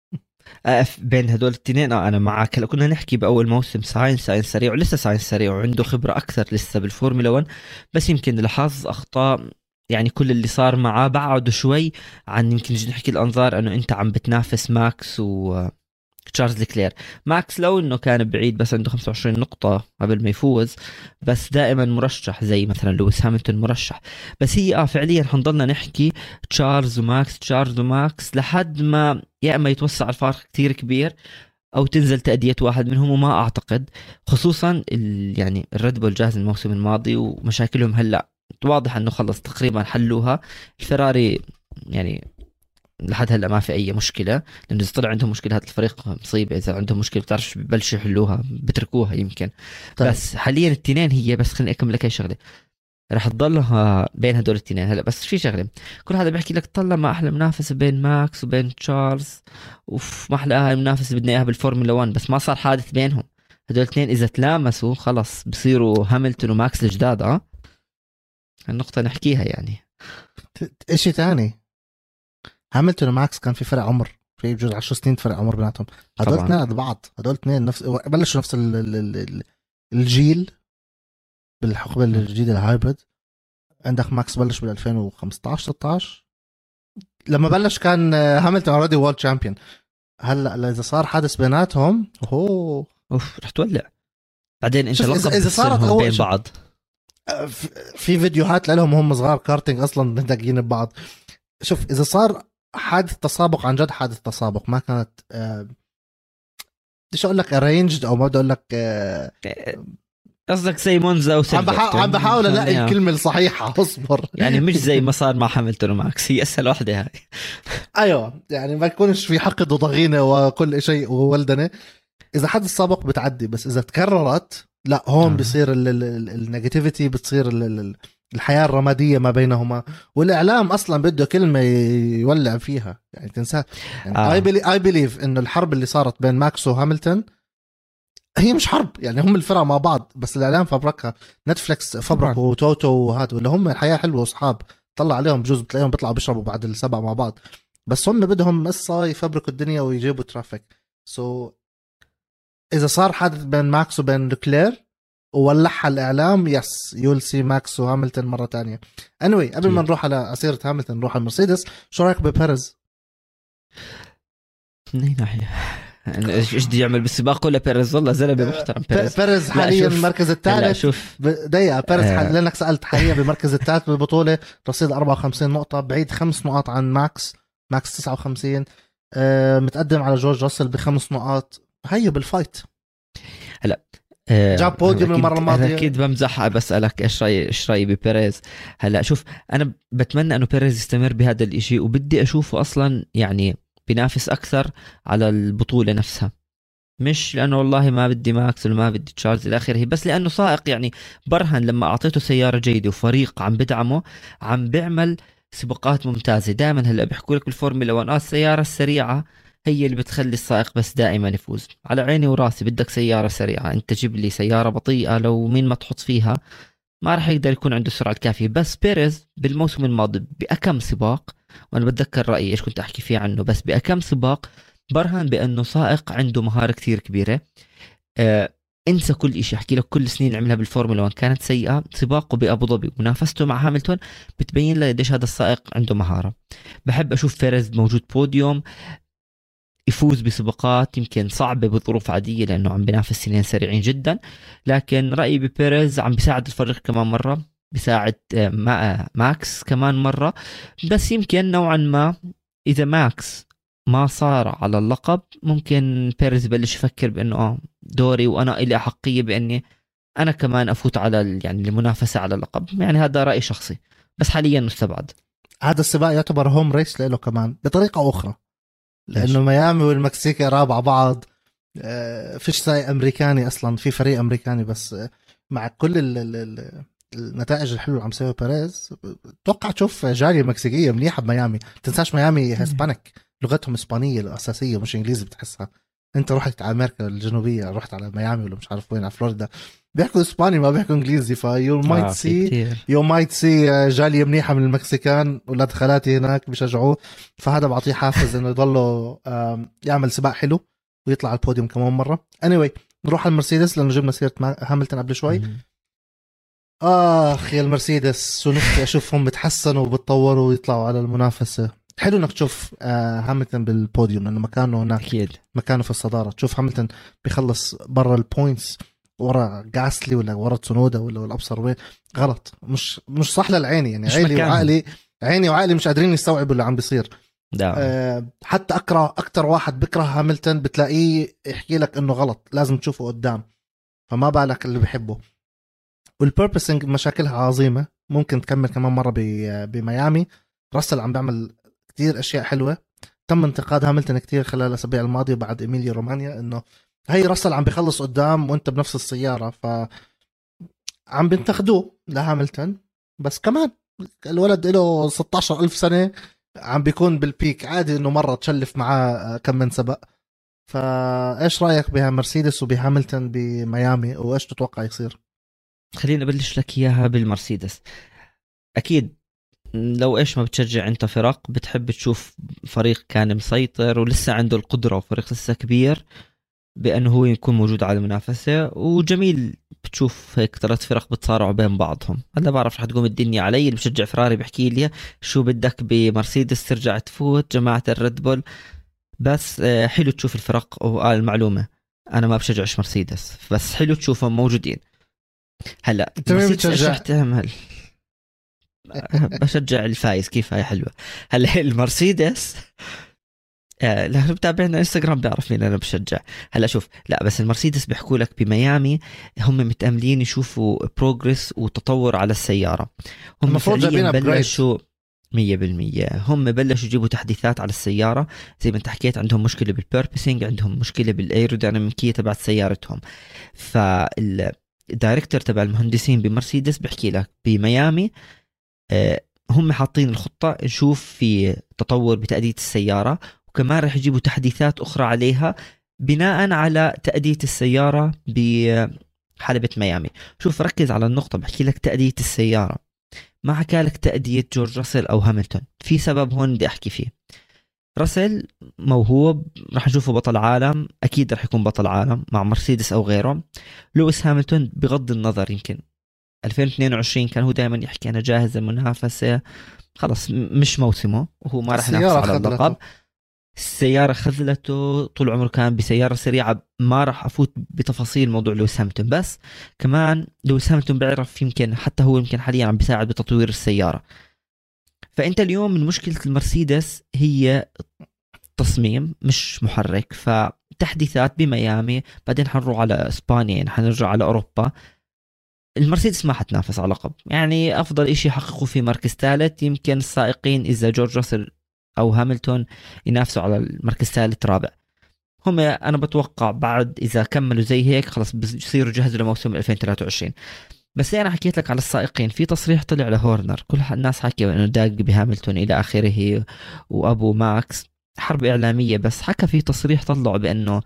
Speaker 2: بين هدول الاثنين انا معك. هلا كنا نحكي باول موسم ساينس سريع، ولسه ساينس سريع وعنده خبره اكثر لسه بالفورمولا 1، بس يمكن لاحظ اخطاء. يعني كل اللي صار معاه بعده شوي عن يمكن نجي نحكي الانظار انه انت عم بتنافس ماكس و تشارلز كلير. ماكس لو انه كان بعيد بس عنده 25 نقطة قبل ما يفوز، بس دائما مرشح زي مثلا لويس هامilton مرشح. بس هي فعليا حنضلنا نحكي تشارلز وماكس تشارلز وماكس لحد ما يا اما يتوسع الفارق كتير كبير او تنزل تأدية واحد منهم. وما اعتقد خصوصا يعني الريد بول جاهز الموسم الماضي ومشاكلهم هلا واضح انه خلص تقريبا حلوها. الفراري يعني لحد هلا ما في اي مشكله، لانه اذا طلع عندهم مشكله هذا الفريق مصيبه. اذا عندهم مشكله بتعرفش ببلشوا يحلوها بتركوها يمكن.
Speaker 1: طيب.
Speaker 2: بس حاليا التنين هي بس خليني اكمل لك اي شغله رح تضلها بين هدول التنين. هلا بس في شغله كل هذا بيحكي لك طلع ما احلى منافسه بين ماكس وبين تشارلز، وما احلى المنافسه بدنا اياها بالفورمولا 1، بس ما صار حادث بينهم. هدول الاثنين اذا تلامسوا خلص بصيروا هامilton وماكس الجداد. النقطه نحكيها يعني.
Speaker 1: اشي تاني، هامilton وماكس كان في فرق عمر، في بجوز 10 سنين فرق عمر بيناتهم. هدول اثنين قد بعض، هدول اثنين نفس بلشوا نفس الجيل بالحقبه الجديده الهايبرد. عندك ماكس بلش بال 2015 16 لما بلش كان هامilton اوريدي وورلد تشامبيون. هلا اذا صار حادث بيناتهم
Speaker 2: اوف رح تولع. بعدين انت
Speaker 1: اذا صارت
Speaker 2: بين بعض
Speaker 1: في فيديوهات لهم وهم صغار كارتينج اصلا داقين ببعض. شوف اذا صار حادث تسابق عن جد، حادث تسابق ما كانت بديش اقول لك ارينجد او ما بدي اقول لك
Speaker 2: قصدك زي مونزا وسيلفرستون.
Speaker 1: عم بحاول الاقي الكلمه الصحيحه، اصبر.
Speaker 2: يعني مش زي ما صار مع هامilton وماكس، هي اسهل واحده هاي.
Speaker 1: ايوه يعني ما يكونش في حقد وضغينه وكل شيء وولدنه. اذا حدث سابق بتعدي، بس اذا تكررت لا هون بصير النيجاتيفيتي، بتصير الحياة الرمادية ما بينهما، والإعلام أصلا بده كلمة يولع فيها يعني تنسى. يعني I believe إنه الحرب اللي صارت بين ماكس وهامilton هي مش حرب، يعني هم الفرق مع بعض بس الإعلام فبركها. نتفليكس فبركوا توتو وهذا، ولا هم الحياة حلوة وصحاب طلع عليهم بجوز بتلاقيهم بيطلعوا بيشربوا بعد السبع مع بعض، بس هم بدهم قصة يفبركوا الدنيا ويجيبوا ترافيك. إذا صار حادث بين ماكس وبين لوكلير وولعها الإعلام، يس يول سي ماكس وهامilton مرة تانية. anyway قبل ما نروح على أسيرة هامilton نروح على مرسيدس. شو رأيك ببيريز؟
Speaker 2: من ناحية ايش بدي يعمل بالسباق ولا بيريز؟ والله زلمه محترم
Speaker 1: بيريز حاليا المركز الثالث. دقيقة بيريز لأنك سألت حاليا بالمركز الثالث بالبطولة، رصيد 54 نقطة، بعيد 5 نقاط عن ماكس 59. متقدم على جورج راسل ب5 نقاط. هيو بالفايت.
Speaker 2: هلا
Speaker 1: جاب بوديوم المرة الماضية.
Speaker 2: أكيد بمزح، بسألك إيش رأيي ببيريز. هلا شوف أنا بتمنى إنه بيريز يستمر بهذا الإشي، وبدي أشوفه أصلا يعني بينافس أكثر على البطولة نفسها، مش لأنه والله ما بدي ماكس ولا ما بدي تشارلز إلى آخره، بس لأنه سائق يعني برهن لما أعطيته سيارة جيدة وفريق عم بدعمه عم بيعمل سباقات ممتازة. دائما هلا بيحكوا لك بالفورمولا 1 السيارة السريعة هي اللي بتخلي السائق بس دائما يفوز. على عيني وراسي، بدك سيارة سريعة، انت جيب لي سيارة بطيئة لو مين ما تحط فيها ما راح يقدر يكون عنده السرعة الكافية. بس بيريز بالموسم الماضي بأكم سباق، وانا بتذكر رأيي ايش كنت احكي فيه عنه، بس بأكم سباق برهن بأنه سائق عنده مهارة كثير كبيرة. انسى كل إشي، احكي لك كل سنين عملها بالفورمولا 1 كانت سيئة. سباقه بأبو ظبي منافسته مع هامilton بتبين لي قديش هذا السائق عنده مهارة. بحب اشوف بيريز موجود بوديوم، يفوز بسباقات يمكن صعبة بظروف عادية لأنه عم بينافس سنين سريعين جدا، لكن رأيي ببيريز عم بيساعد الفريق كمان مرة، بيساعد ماكس كمان مرة. بس يمكن نوعا ما إذا ماكس ما صار على اللقب ممكن بيريز يبلش يفكر بأنه دوري وأنا إلي أحقية بأني أنا كمان أفوت على يعني المنافسة على اللقب. يعني هذا رأي شخصي، بس حاليا مستبعد.
Speaker 1: هذا السباق يعتبر هوم ريس له كمان بطريقة أخرى، لأنه ميامي والمكسيك قراب بعض. فيش سايق أمريكاني أصلا، في فريق أمريكاني بس. مع كل النتائج الحلوة اللي عم سويها بيريز، توقع تشوف جالية مكسيكية منيحة بميامي. تنساش ميامي هسبانيك، لغتهم إسبانية الأساسية مش إنجليزي بتحسها. انت رحت على امريكا الجنوبيه، رحت على ميامي ولا مش عارف وين، على فلوريدا، بيحكوا اسباني ما بيحكوا انجليزي. فيو مايت
Speaker 2: في
Speaker 1: سي
Speaker 2: كتير.
Speaker 1: يو مايت سي جاليه منيحه من المكسيكان، ولاد خالاتي هناك بشجعوه. فهذا بعطيه حافز انه يضله يعمل سباق حلو ويطلع على البوديوم كمان مره. anyway نروح على المرسيدس لانه جبنا سيره هاملتون قبل شوي. يا المرسيدس، ونفسي اشوفهم بتحسنوا وبتطوروا ويطلعوا على المنافسه. حلو انك تشوف هاملتون بالبوديوم لانه مكانه هناك
Speaker 2: اكيد
Speaker 1: مكانه في الصداره. تشوف هاملتون بيخلص برا البوينتس ورا غاسلي ولا ورا تسونودا ولا ابصر وين، غلط، مش صح للعين يعني. عيني وعقلي مش قادرين يستوعبوا اللي عم بيصير. حتى اكتر واحد بكره هاملتون بتلاقيه يحكي لك انه غلط، لازم تشوفه قدام، فما بالك اللي بيحبه. والبيربسنج مشاكلها عظيمه، ممكن تكمل كمان مره بميامي. راسل عم بيعمل كتير اشياء حلوه. تم انتقاد هاملتون كتير خلال الاسابيع الماضيه بعد ايميليا رومانيا انه هي راسل عم بيخلص قدام وانت بنفس السياره، ف عم بينتقدوه لهاملتون. بس كمان الولد له 16,000 سنه عم بيكون بالبيك، عادي انه مره تشلف معاه كم من سبق. فايش رايك بمرسيدس وبهاملتون بميامي، وايش تتوقع يصير؟
Speaker 2: خليني أبلش لك إياها بالمرسيدس. أكيد لو إيش ما بتشجع أنت فرق، بتحب تشوف فريق كان مسيطر ولسه عنده القدرة، وفريق لسه كبير بأنه هو يكون موجود على المنافسة. وجميل بتشوف هيك 3 فرق بتصارعوا بين بعضهم. هلا بعرف رح تقوم الدنيا علي، اللي بشجع فراري بحكي لي شو بدك بمرسيدس ترجع تفوت جماعة الريد بول. بس حلو تشوف الفرق. المعلومة أنا ما بشجعش مرسيدس، بس حلو تشوفهم موجودين. هلا
Speaker 1: انت مين بتشجع؟
Speaker 2: رح تعمل؟ بشجع الفايز. كيف هاي حلوة. هلا المرسيدس اللي بتابعنا انستغرام بيعرف مين انا بشجع. هلا شوف، لا بس المرسيدس بيحكوا لك بميامي هم متأملين يشوفوا بروجرس وتطور على السيارة. هم فعليا بلشوا 100%. هم بلشوا يجيبوا تحديثات على السيارة. زي ما انت حكيت عندهم مشكلة بالبيربسينج، عندهم مشكلة بالايروديناميكية تبعت سيارتهم. فالدايركتور تبع المهندسين بمرسيدس بحكي لك بميامي هم حاطين الخطة نشوف في تطور بتأدية السيارة، وكمان رح يجيبوا تحديثات أخرى عليها بناء على تأدية السيارة بحلبة ميامي. شوف ركز على النقطة، بحكي لك تأدية السيارة، ما حكى لك تأدية جورج راسل أو هاملتون. في سبب هون بدي أحكي فيه. راسل موهوب، رح نشوفه بطل عالم، أكيد رح يكون بطل عالم مع مرسيدس أو غيره. لويس هاملتون بغض النظر يمكن 2022 كان هو دائما يحكي أنا جاهز للمنافسة، خلص مش موسمه وهو ما رح ينافس على اللقب. السيارة خذلته، طول عمره كان بسيارة سريعة. ما راح أفوت بتفاصيل موضوع لويس هاملتون، بس كمان لويس هاملتون بيعرف يمكن حتى هو يمكن حاليا عم بيساعد بتطوير السيارة. فأنت اليوم من مشكلة المرسيدس هي تصميم مش محرك. فتحديثات بميامي، بعدين حنروح على إسبانيا، يعني حنرجع على أوروبا. المرسيدس ما حتنافس على لقب، يعني أفضل إشي يحققوا في مركز ثالث. يمكن السائقين إذا جورج راسل أو هاملتون ينافسوا على المركز ثالث رابع. هم أنا بتوقع بعد إذا كملوا زي هيك خلص بيصيروا جهزوا لموسم 2023. بس أنا حكيت لك على السائقين، في تصريح طلع لهورنر، كل الناس حكي إنه داق بهاملتون إلى آخره وأبو ماكس، حرب إعلامية. بس حكى في تصريح طلعوا بأنه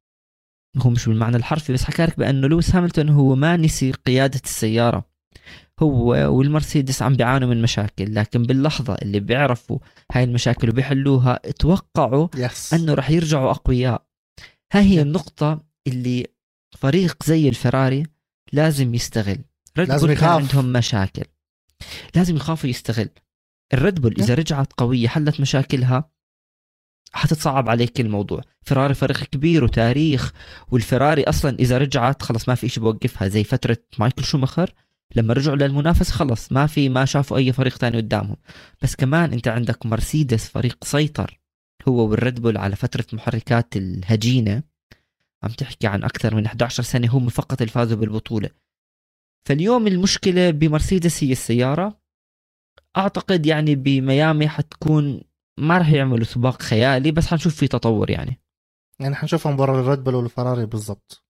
Speaker 2: هو مش بالمعنى الحرفي، بس حكى لك بأنه لويس هاملتون هو ما نسي قيادة السيارة. هو والمرسيدس عم بيعانوا من مشاكل، لكن باللحظة اللي بيعرفوا هاي المشاكل وبيحلوها اتوقعوا أنه رح يرجعوا أقوياء. هاي هي النقطة اللي فريق زي الفراري لازم يستغل. ريد بول كان عندهم مشاكل، لازم يخافوا يستغل. الريد بول إذا رجعت قوية حلت مشاكلها حتتصعب عليك الموضوع. فراري فريق كبير وتاريخ، والفراري أصلا إذا رجعت خلص ما في إشي بوقفها. زي فترة مايكل شوماخر لما رجعوا للمنافس خلص ما شافوا أي فريق تاني قدامهم. بس كمان أنت عندك مرسيدس فريق سيطر هو والريد بول على فترة محركات الهجينة، عم تحكي عن أكثر من 11 سنة هم فقط الفازوا بالبطولة. فاليوم المشكلة بمرسيدس هي السيارة. أعتقد يعني بميامي حتكون ما رح يعملوا سباق خيالي، بس حنشوف في تطور يعني
Speaker 1: حنشوفهم برا الريد بول والفراري بالضبط.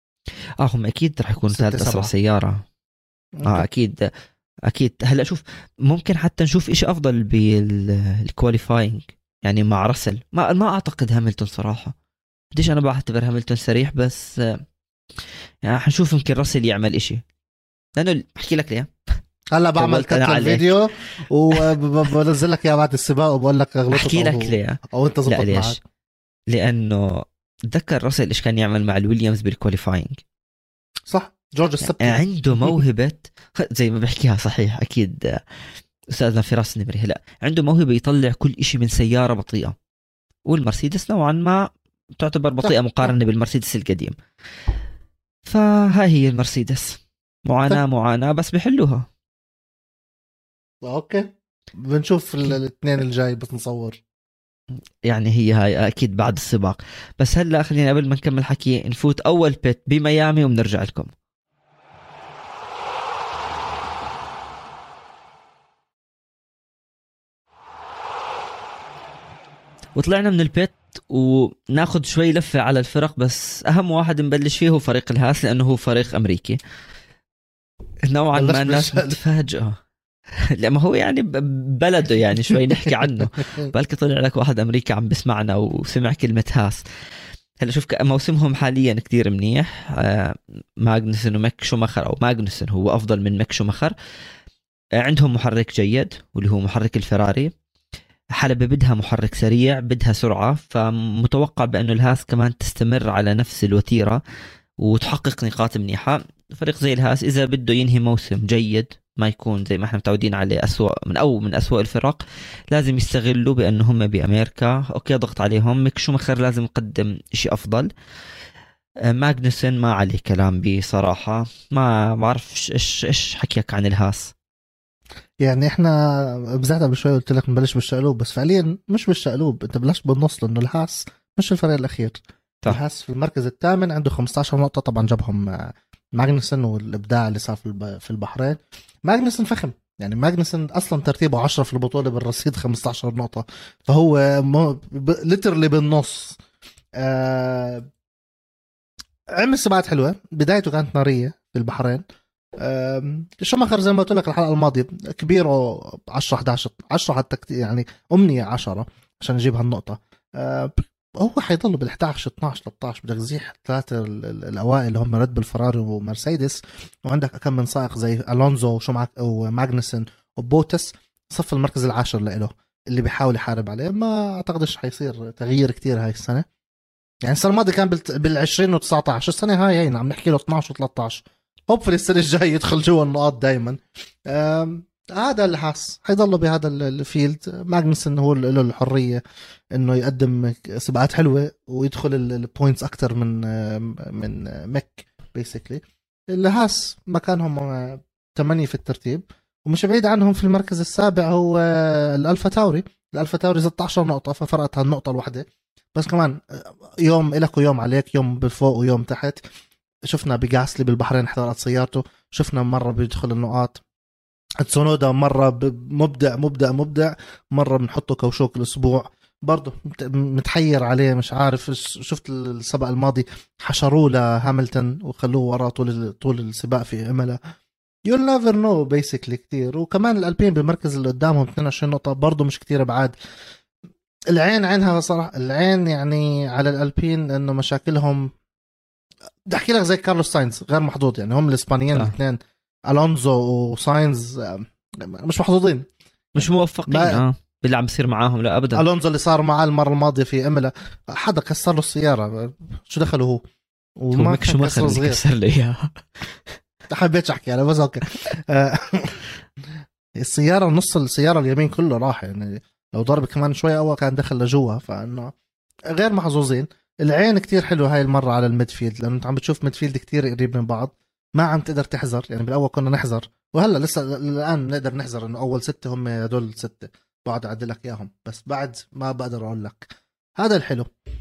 Speaker 2: هم أكيد رح يكون ثالث أسرع سيارة. أكيد. هلأ شوف، ممكن حتى نشوف إشي أفضل بالكواليفاينج يعني مع راسل. ما أعتقد هاملتون صراحة. قديش انا بعتبر هاملتون سريع، بس يعني حنشوف يمكن راسل يعمل إشي، لانه بحكي لك ليه
Speaker 1: هلا بعمل
Speaker 2: طولت انا
Speaker 1: كت
Speaker 2: عليك.
Speaker 1: للفيديو وبنزل لك اياه بعد السباق وبقول لك غلطت
Speaker 2: بحكي لك
Speaker 1: او
Speaker 2: ليه.
Speaker 1: او انت
Speaker 2: لا
Speaker 1: زبط معك.
Speaker 2: ليش؟ لانه تذكر راسل ايش كان يعمل مع الويليامز بالكواليفاينج.
Speaker 1: صح، جورج السبتي.
Speaker 2: عنده موهبة زي ما بحكيها صحيح أكيد أستاذنا فراس النمري، هلا عنده موهبة يطلع كل إشي من سيارة بطيئة، والمرسيدس نوعا ما تعتبر بطيئة
Speaker 1: صح صح.
Speaker 2: مقارنة بالمرسيدس القديم. فهاي هي المرسيدس، معاناة
Speaker 1: طيب
Speaker 2: معاناة بس بحلوها.
Speaker 1: اوكي، بنشوف
Speaker 2: أكيد.
Speaker 1: الاثنين الجاي بس نصور.
Speaker 2: يعني هي هاي أكيد بعد السباق. بس هلا خلينا قبل ما نكمل حكي نفوت أول بيت بميامي وبنرجع لكم. وطلعنا من البيت وناخذ شوي لفة على الفرق، بس أهم واحد نبلش فيه هو فريق الهاس لأنه هو فريق أمريكي. نوعا
Speaker 1: بلش
Speaker 2: ما الناس
Speaker 1: بالشقلب.
Speaker 2: متفاجئة. لما هو يعني بلده يعني شوي نحكي عنه. بلكي طلع لك واحد أمريكي عم بسمعنا وسمع كلمة هاس. هلا شوف موسمهم حاليا كتير منيح. ماغنسن وميك شوماخر، أو ماغنسن هو أفضل من ميك شوماخر. عندهم محرك جيد واللي هو محرك الفراري. حلبة بدها محرك سريع، بدها سرعة، فمتوقع بأنه الهاس كمان تستمر على نفس الوتيرة وتحقق نقاط منيحة. فريق زي الهاس إذا بده ينهي موسم جيد، ما يكون زي ما احنا متعودين عليه أسوأ من أسوأ الفرق، لازم يستغلوا بأنه هم بأمريكا. أوكي ضغط عليهم، ميك شوماخر لازم يقدم إشي أفضل. ماغنوسن ما عليه كلام بصراحة. ما بعرفش إيش حكيك عن الهاس.
Speaker 1: يعني احنا بزعت قبل شوي قلت لك نبلش بالشقلوب، بس فعليا مش بالشقلوب، انت بلشت بالنص، لانه الهاس مش الفريق الاخير.
Speaker 2: صح.
Speaker 1: الهاس في المركز الثامن عنده 15 نقطة، طبعا جابهم ماغنسون والابداع اللي صار في البحرين. ماغنسون فخم، يعني ماغنسون اصلا ترتيبه 10 في البطولة بالرصيد 15 نقطة، فهو ليترلي بالنص. آه عمل سباقات حلوة، بدايته كانت نارية في البحرين. شوماخر زي ما قلت لك الحلقه الماضيه كبيره 10 11 10 حتى يعني امنيه 10 عشان يجيب هالنقطه. هو حيضل بال 11 12 13، بدك تزيح ثلاثه الاوائل اللي هم ريد بول فراري ومرسيدس، وعندك كم من سائق زي الونزو وماغنسون وبوتس. صف المركز العاشر له اللي بيحاول يحارب عليه. ما اعتقدش حيصير تغيير كتير هاي السنه، يعني السنه الماضيه كان بال 20 و19، السنه هاي عم نحكي له 12 و13. هوبفلي السنه الجايه يدخل جوا النقاط دائما. هذا اللي حاس حيضلوا بهذا الفيلد. ماغنسون هو له الحريه انه يقدم سباقات حلوه ويدخل البوينتس اكثر من ميك بيسكلي. الهاس مكانهم 8 في الترتيب، ومش بعيد عنهم في المركز السابع هو الالفا تاوري. الالفا تاوري 16 نقطه، ففرقت هالنقطه الواحده بس. كمان يوم إلك ويوم عليك، يوم بالفوق ويوم تحت. شفنا بقاسلي بالبحرين احترقت سيارته، شفنا مرة بيدخل النقاط. تسونودا مرة مبدع، مرة بنحطه كوشوك الأسبوع برضه. متحير عليه، مش عارف. شفت السباق الماضي حشروه لهاملتون وخلوه وراه طول السباق في إملا. يو نيفر نو بيسكلي كتير. وكمان الألبين بالمركز اللي قدامهم 22 نقطة، برضه مش كتير بعاد. العين عينها صراحة، العين يعني على الألبين إنه مشاكلهم. بدي احكي لك زي كارلوس ساينز غير محظوظ، يعني هم الاسبانيين
Speaker 2: صح.
Speaker 1: الاثنين الونزو وساينز مش محظوظين.
Speaker 2: مش
Speaker 1: يعني
Speaker 2: موفقين
Speaker 1: ما
Speaker 2: باللي عم بيصير معاهم، لا ابدا.
Speaker 1: الونزو اللي صار معاه المره الماضيه في املا، حدا كسر له السياره، شو دخله هو؟
Speaker 2: هو
Speaker 1: وما
Speaker 2: ميك
Speaker 1: كان
Speaker 2: شوماخر
Speaker 1: كسر
Speaker 2: اللي
Speaker 1: صغير.
Speaker 2: كسر لي اياها.
Speaker 1: حبيت احكي انا بس اوكي. آه، السياره نص السياره اليمين كله راح، يعني لو ضرب كمان شوي اول كان دخل لجوا، فانه غير محظوظين. العين كتير حلو هاي المرة على الميدفيلد، لأنه أنت عم بتشوف ميدفيلد كتير قريب من بعض، ما عم تقدر تحذر. يعني بالأول كنا نحذر، وهلا لسه الآن نقدر نحذر إنه أول 6 هم هدول 6، بقعد أعدل لك إياهم، بس بعد ما بقدر أقول لك. هذا الحلو.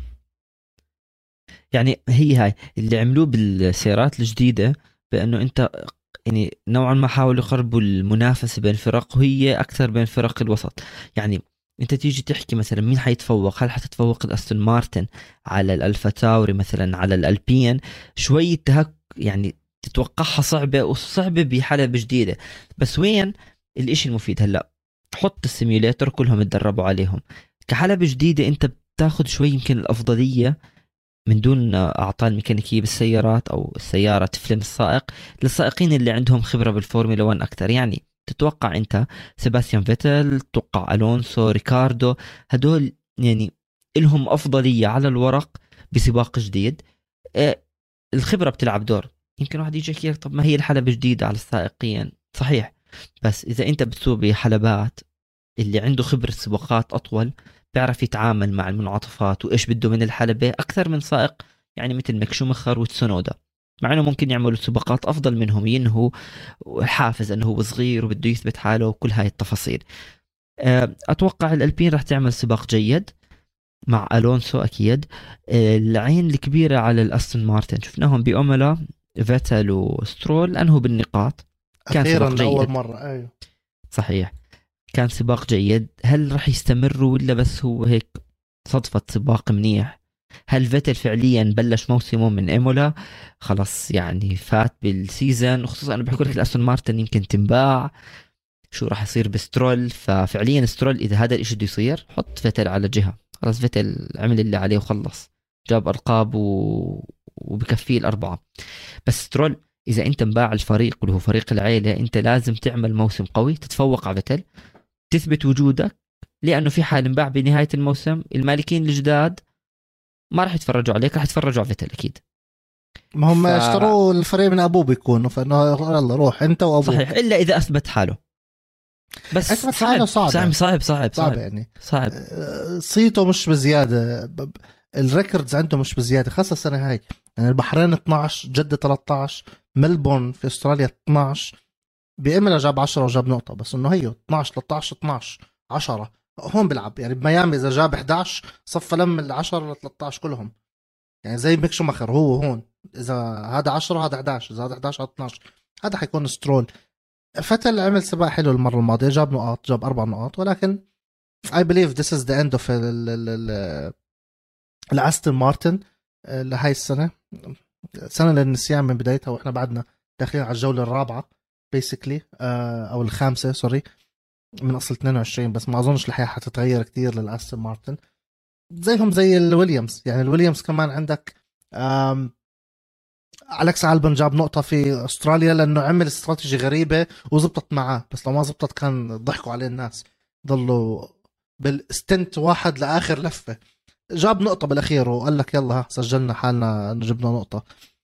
Speaker 2: يعني هي هاي اللي عملوه بالسيارات الجديدة، بأنه أنت يعني نوعا ما حاولوا يقربوا المنافسة بين الفرق، وهي أكثر بين فرق الوسط. يعني أنت تيجي تحكي مثلا مين حيتفوق، هل حتتفوق الأستون مارتن على الألفا تاوري مثلا على الألبين؟ شوية يعني تتوقعها صعبة، وصعبة بحلبة جديدة. بس وين الإشي المفيد هلأ؟ حط السيميوليتر كلهم اتدربوا عليهم. كحلبة جديدة أنت بتاخد شوي يمكن الأفضلية من دون أعطال ميكانيكية بالسيارات أو السيارة تفلم السائق للسائقين اللي عندهم خبرة بالفورمولا 1 أكثر. يعني تتوقع أنت سيباستيان فيتل، تتوقع ألونسو، ريكاردو، هدول يعني إلهم أفضلية على الورق بسباق جديد. الخبرة بتلعب دور. يمكن واحد يجي يحكي طب ما هي الحلبة جديدة على السائقين، صحيح، بس إذا أنت بتسوق بحلبات اللي عنده خبرة سباقات أطول بيعرف يتعامل مع المنعطفات وإيش بده من الحلبة أكثر من سائق يعني مثل ميك شوماخر وتسونودا، مع إنه ممكن يعملوا سباقات أفضل منهم، ينهوا حافز إنه هو صغير وبده يثبت حاله وكل هاي التفاصيل. أتوقع الألبين راح تعمل سباق جيد مع ألونسو أكيد. العين الكبيرة على الأستون مارتن، شفناهم بأوملا فيتل وسترول أنهوا بالنقاط، كان سباق جيد
Speaker 1: أول مرة. أيوه
Speaker 2: صحيح، كان سباق جيد. هل رح يستمروا ولا بس هو هيك صدفة سباق منيح؟ هل فيتل فعليا بلش موسمه من إيمولا خلص يعني فات بالسيزن، وخصوصا أنا بحكي لك الأستون مارتن يمكن تنباع، شو راح يصير بسترول؟ ففعليا سترول إذا هذا الإشي بده يصير حط فيتل على جهة، خلاص فيتل عمل اللي عليه وخلص، جاب ألقاب وبكفيه الأربعة. بس سترول إذا أنت مباع الفريق اللي هو فريق العيلة، أنت لازم تعمل موسم قوي تتفوق على فيتل، تثبت وجودك، لأنه في حال انباع بنهاية الموسم المالكين الجداد ما راح يتفرجوا عليك، راح يتفرجوا على فيتل أكيد.
Speaker 1: ما هم اشتروا الفريق من أبوه بيكونوا، فإنه يلا روح أنت وأبوه.
Speaker 2: صحيح، إلا إذا أثبت حاله، بس
Speaker 1: أثبت حاله صعب يعني
Speaker 2: صعب.
Speaker 1: صيته مش بزيادة، الريكوردز عنده مش بزيادة، خاصة السنة هاي يعني البحرين 12، جدة 13، ملبورن في استراليا 12، بإملا جاب 10 وجاب نقطة، بس إنه هي 12 13 12 10 هون بيلعب. يعني بميامي إذا جاب 11 صفى لم ال 10 ل 13 كلهم، يعني زي ميك شوماخر هو هون، إذا هذا 10 هذا 11، إذا هذا 11 هذا 12، هذا حيكون سترول. فتل عمل سباق حلو المرة الماضية، جاب نقاط، جاب 4 نقاط، ولكن I believe this is the end of الأستون مارتن لهاي السنة، سنة للنسيان من بدايتها، وإحنا بعدنا داخلين على الجولة الرابعة basically أو الخامسة سوري من أصل 22، بس ما أظنش الحياة حتتغير كتير للأستون مارتن، زيهم زي الويليامز. يعني الويليامز كمان عندك أليكس ألبون جاب نقطة في أستراليا لأنه عمل استراتيجية غريبة وزبطت معاه، بس لو ما زبطت كان ضحكوا عليه الناس، ضلوا بالستنت واحد لآخر لفة، جاب نقطة بالأخير وقال لك يلا سجلنا حالنا جبنا نقطة.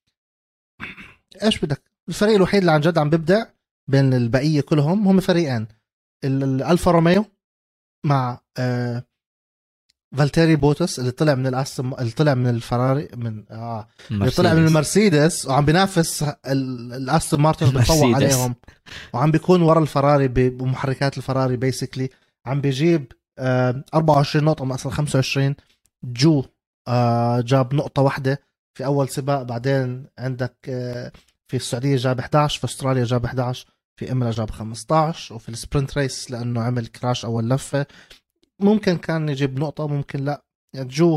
Speaker 1: إيش بدك؟ الفريق الوحيد اللي عن جد عم ببدع بين البقية كلهم هم فريقين، الألفا روميو مع فالتيري بوتس اللي طلع من اللي طلع من الفراري من اللي طلع من المرسيدس وعم بينافس الأستون مارتن بيطوع عليهم، وعم بيكون ورا الفراري بمحركات الفراري بيسكلي، عم بيجيب 24 نقطة من أصل 25. جو جاب نقطة واحدة في أول سباق، بعدين عندك في السعودية جاب 11، في أستراليا جاب 11، في إملا جاب 15، وفي السبرنت ريس لأنه عمل كراش أول لفة ممكن كان يجيب نقطة ممكن لا. يعني جو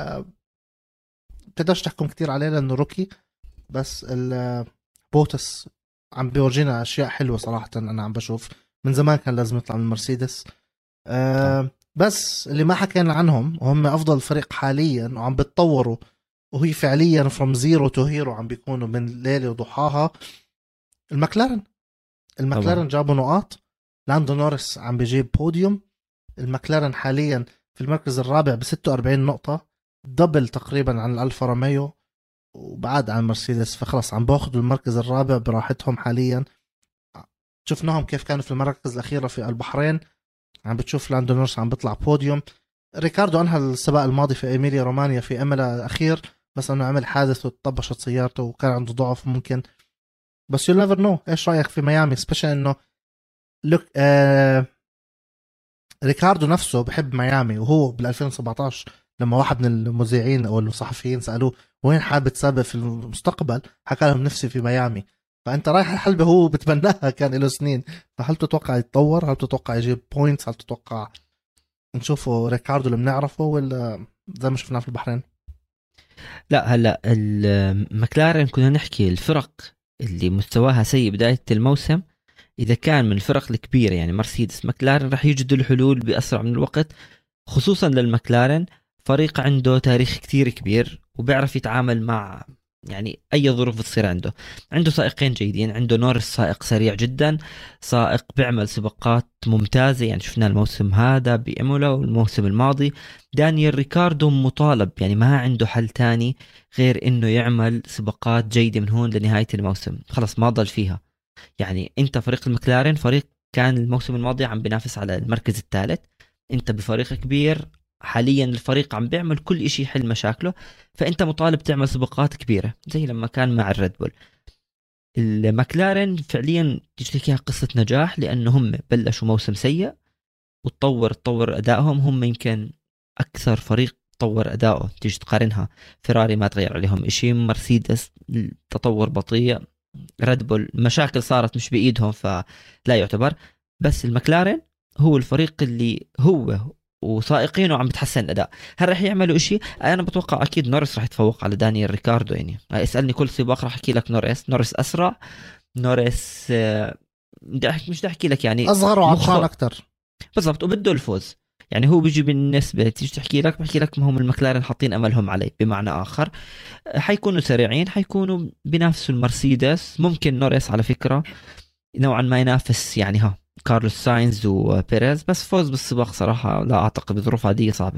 Speaker 1: تقدرش تحكم كتير عليه لأنه روكي، بس البوتس عم بيورجينا أشياء حلوة صراحة. أنا عم بشوف من زمان كان لازم يطلع من المرسيدس. بس اللي ما حكينا عنهم وهم أفضل فريق حاليا وعم بتطوروا، وهي فعليا from zero to hero عم بيكونوا من ليلة وضحاها، المكلارن جابوا نقاط، لاندو نورس عم بيجيب بوديوم، المكلارن حاليا في المركز الرابع ب46 نقطة، دبل تقريبا عن الألفا روميو وبعد عن مرسيدس، فخلص عم باخذوا المركز الرابع براحتهم حاليا. شفناهم كيف كانوا في المراكز الأخيرة في البحرين، عم بتشوف لاندو نورس عم بيطلع بوديوم. ريكاردو أنهى السباق الماضي في إيميليا رومانيا في إملا الأخير، بس أنه عمل حادث وطبشت سيارته وكان عنده ضعف ممكن، بس you'll never know. إيش رأيك في ميامي سبيشال إنه ريكاردو نفسه بحب ميامي، وهو بال2017 لما واحد من المذيعين أو الصحفيين سألوه وين حابب تسابق في المستقبل، حكى لهم نفسي في ميامي. فأنت رايح الحلبة هو بتبناها كان له سنين، فهل تتوقع يتطور؟ هل تتوقع يجيب بوينتس؟ هل تتوقع نشوفه ريكاردو اللي بنعرفه ولا زي ما شفناه في البحرين؟
Speaker 2: لا هلا المكلارن كنا نحكي الفرق اللي مستواها سيء بداية الموسم، إذا كان من الفرق الكبيرة يعني مرسيدس مكلارن رح يجدوا الحلول بأسرع من الوقت، خصوصا للمكلارن فريق عنده تاريخ كتير كبير وبيعرف يتعامل مع يعني اي ظروف بتصير عنده سائقين جيدين. عنده نورس سائق سريع جدا، سائق بيعمل سباقات ممتازة، يعني شفنا الموسم هذا بإيمولا والموسم الماضي. دانيال ريكاردو مطالب، يعني ما عنده حل تاني غير انه يعمل سباقات جيدة من هون لنهاية الموسم، خلص ما ضل فيها. يعني انت فريق المكلارين فريق كان الموسم الماضي عم بينافس على المركز الثالث، انت بفريق كبير حاليا، الفريق عم بيعمل كل إشي يحل مشاكله، فانت مطالب تعمل سباقات كبيرة زي لما كان مع الريد بول. المكلارين فعليا تشتكيها قصة نجاح، لأنه هم بلشوا موسم سيء وتطور أدائهم. هم يمكن أكثر فريق طور أداؤه، تيجي تقارنها فيراري ما تغير عليهم إشي، مرسيدس تطور بطيء، ريد بول مشاكل صارت مش بإيدهم فلا يعتبر. بس المكلارين هو الفريق اللي هو وسائقينه عم بتحسن الأداء. هل رح يعملوا إشي؟ أنا بتوقع أكيد نورس رح يتفوق على دانيال ريكاردو. يعني اسألني كل سباق رح أحكي لك نورس أسرع، نورس مش بدي أحكي لك يعني
Speaker 1: اصغر وعطشان اكثر.
Speaker 2: بالضبط، وبده الفوز. يعني هو بيجي بالنسبة تيجي تحكي لك، بحكي لك ما هم المكلارين حاطين أملهم عليه. بمعنى آخر حيكونوا سريعين، حيكونوا بينافسوا المرسيدس. ممكن نوريس على فكرة نوعا ما ينافس يعني كارلوس ساينز وبيريز، بس فوز بالسباق صراحة لا أعتقد، بظروف عادية صعبة.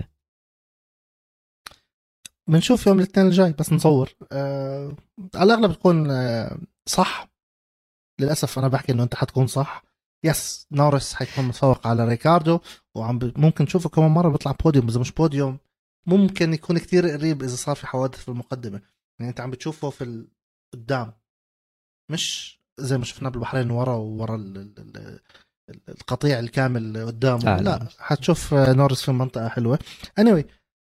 Speaker 1: بنشوف يوم الاثنين الجاي، بس نصور على الأغلب تكون صح. للأسف أنا بحكي إنه أنت حتكون صح. يس، نورس حيكون متفوق على ريكاردو، ممكن نشوفه كمان مرة بيطلع بوديوم. إذا مش بوديوم ممكن يكون كتير قريب إذا صار في حوادث في المقدمة. يعني أنت عم بتشوفه في القدام، مش زي ما شفنا بالبحرين ورا القطيع الكامل قدامه.
Speaker 2: لا.
Speaker 1: لا، حتشوف نورس في منطقة حلوة. anyway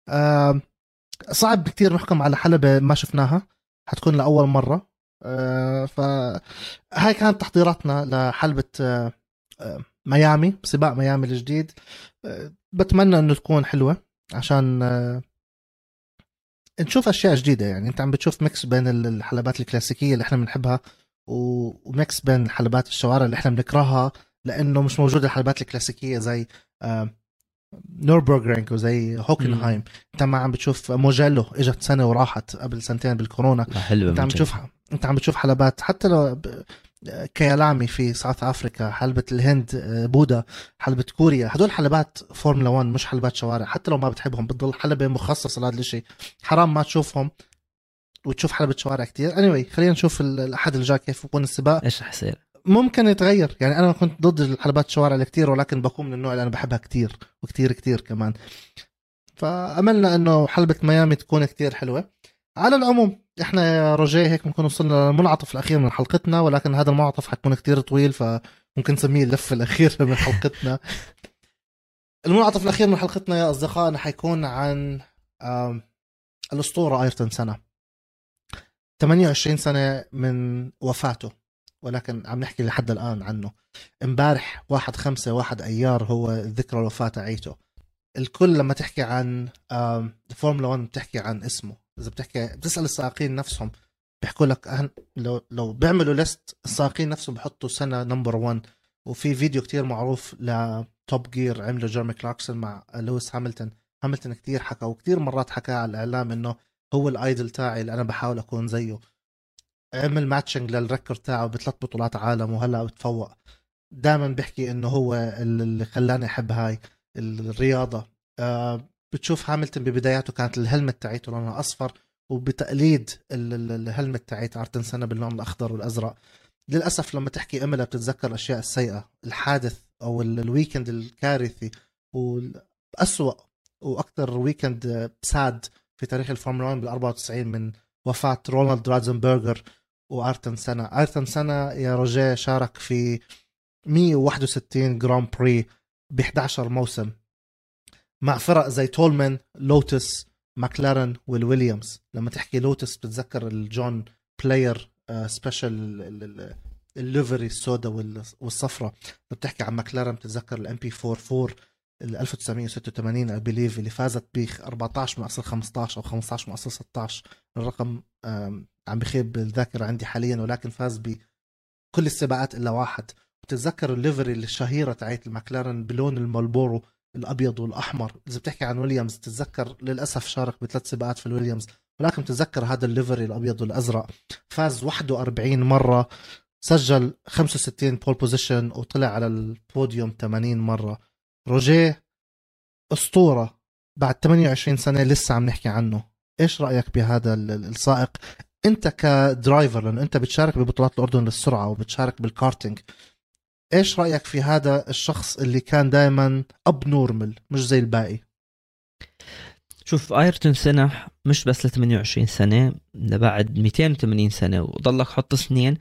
Speaker 1: صعب كتير نحكم على حلبة ما شفناها، حتكون لأول مرة. فهاي كانت تحضيراتنا لحلبة ميامي، سباق ميامي الجديد. بتمنى انه تكون حلوة عشان نشوف اشياء جديدة. يعني انت عم بتشوف ميكس بين الحلبات الكلاسيكية اللي احنا بنحبها وميكس بين حلبات الشوارع اللي احنا بنكرهها لانه مش موجودة الحلبات الكلاسيكية زي نوربورغرينج وزي هوكنهايم. انت ما عم بتشوف موجيلو اجت سنة وراحت قبل سنتين بالكورونا. انت عم بتشوف حلبات حتى لو كيالامي في ساوث افريكا، حلبة الهند بودا، حلبة كوريا. هدول حلبات فورمولا 1 مش حلبات شوارع. حتى لو ما بتحبهم بتضل حلبة مخصصة لهذا الشيء. حرام ما تشوفهم وتشوف حلبة شوارع كتير. anyway خلينا نشوف الأحد اللي جاي كيف يكون السباق،
Speaker 2: ايش رح يصير.
Speaker 1: ممكن يتغير. يعني أنا كنت ضد الحلبات الشوارع كتير، ولكن بكون من النوع اللي أنا بحبها كتير وكتير كتير كمان. فأملنا أنه حلبة ميامي تكون كتير حلوة. على العموم احنا يا روجيه هيك بنكون وصلنا للمنعطف الأخير من حلقتنا، ولكن هذا المنعطف حيكون كتير طويل فممكن نسميه اللف الأخير من حلقتنا. المنعطف الأخير من حلقتنا يا أصدقائنا حيكون عن الأسطورة أيرتون سنة. 28 سنة من وفاته، ولكن عم نحكي لحد الآن عنه. امبارح 1/5 أيار هو ذكرى الوفاة تاعيته. الكل لما تحكي عن فورمولا 1 بتحكي عن اسمه. إذا بتسأل السائقين نفسهم بيحكوا لك لو بيعملوا ليست السائقين نفسهم بحطوا سنة نمبر 1. وفي فيديو كتير معروف لتوب جير عمله جيرمي كلاركسون مع لويس هاملتون كتير حكى وكتير مرات حكى على الإعلام إنه هو الآيدل تاعي اللي أنا بحاول أكون زيه. عمل ماتشنج للريكورد تاعه ب3 بطولات عالم وهلأ بتفوق. دائما بحكي إنه هو اللي خلاني أحب هاي الرياضة. بتشوف هاملتون ببداياته كانت الهلمت تاعيته لونها أصفر، وبتقليد الهلمت تاعيت أيرتون سنة باللون الأخضر والأزرق. للأسف لما تحكي إملا بتتذكر الأشياء السيئة، الحادث أو الويكند الكارثي والأسوأ وأكثر ويكند ساد في تاريخ الفورمولا 1 بال94 من وفاة رونالد راتزنبرغر وأيرتون سنة يا روجيه شارك في 161 جران بري ب11 موسم مع فرق زي تولمان، لوتس، ماكلارن والويليامز. لما تحكي لوتس بتتذكر الجون بلاير سبيشال الليفري السوداء والصفراء. بتحكي عن ماكلارن بتتذكر الام بي 44 1986 البيليف اللي فازت ب 14 من اصل 15 او 15 من اصل 16. الرقم عم بخيب بالذاكره عندي حاليا، ولكن فاز بكل السباقات الا واحد. بتتذكر الليفري الشهيره تاعت الماكلارن بلون المالبورو الابيض والاحمر. اذا بتحكي عن ويليامز تتذكر للاسف شارك ب3 سباقات في الويليامز ولكن تتذكر هذا الليفري الابيض والازرق، فاز 41 مره، سجل 65 بول بوزيشن، وطلع على البوديوم 80 مره. روجيه اسطوره، بعد 28 سنه لسه عم نحكي عنه. ايش رايك بهذا السائق انت كدرايفر، لانه انت بتشارك ببطولات الاردن للسرعه وبتشارك بالكارتينج؟ ايش رايك في هذا الشخص اللي كان دائما اب نورمال مش زي الباقي؟
Speaker 2: شوف، ايرتون سنة مش بس ل 28 سنة، لبعد 280 سنة، وضلك حط سنين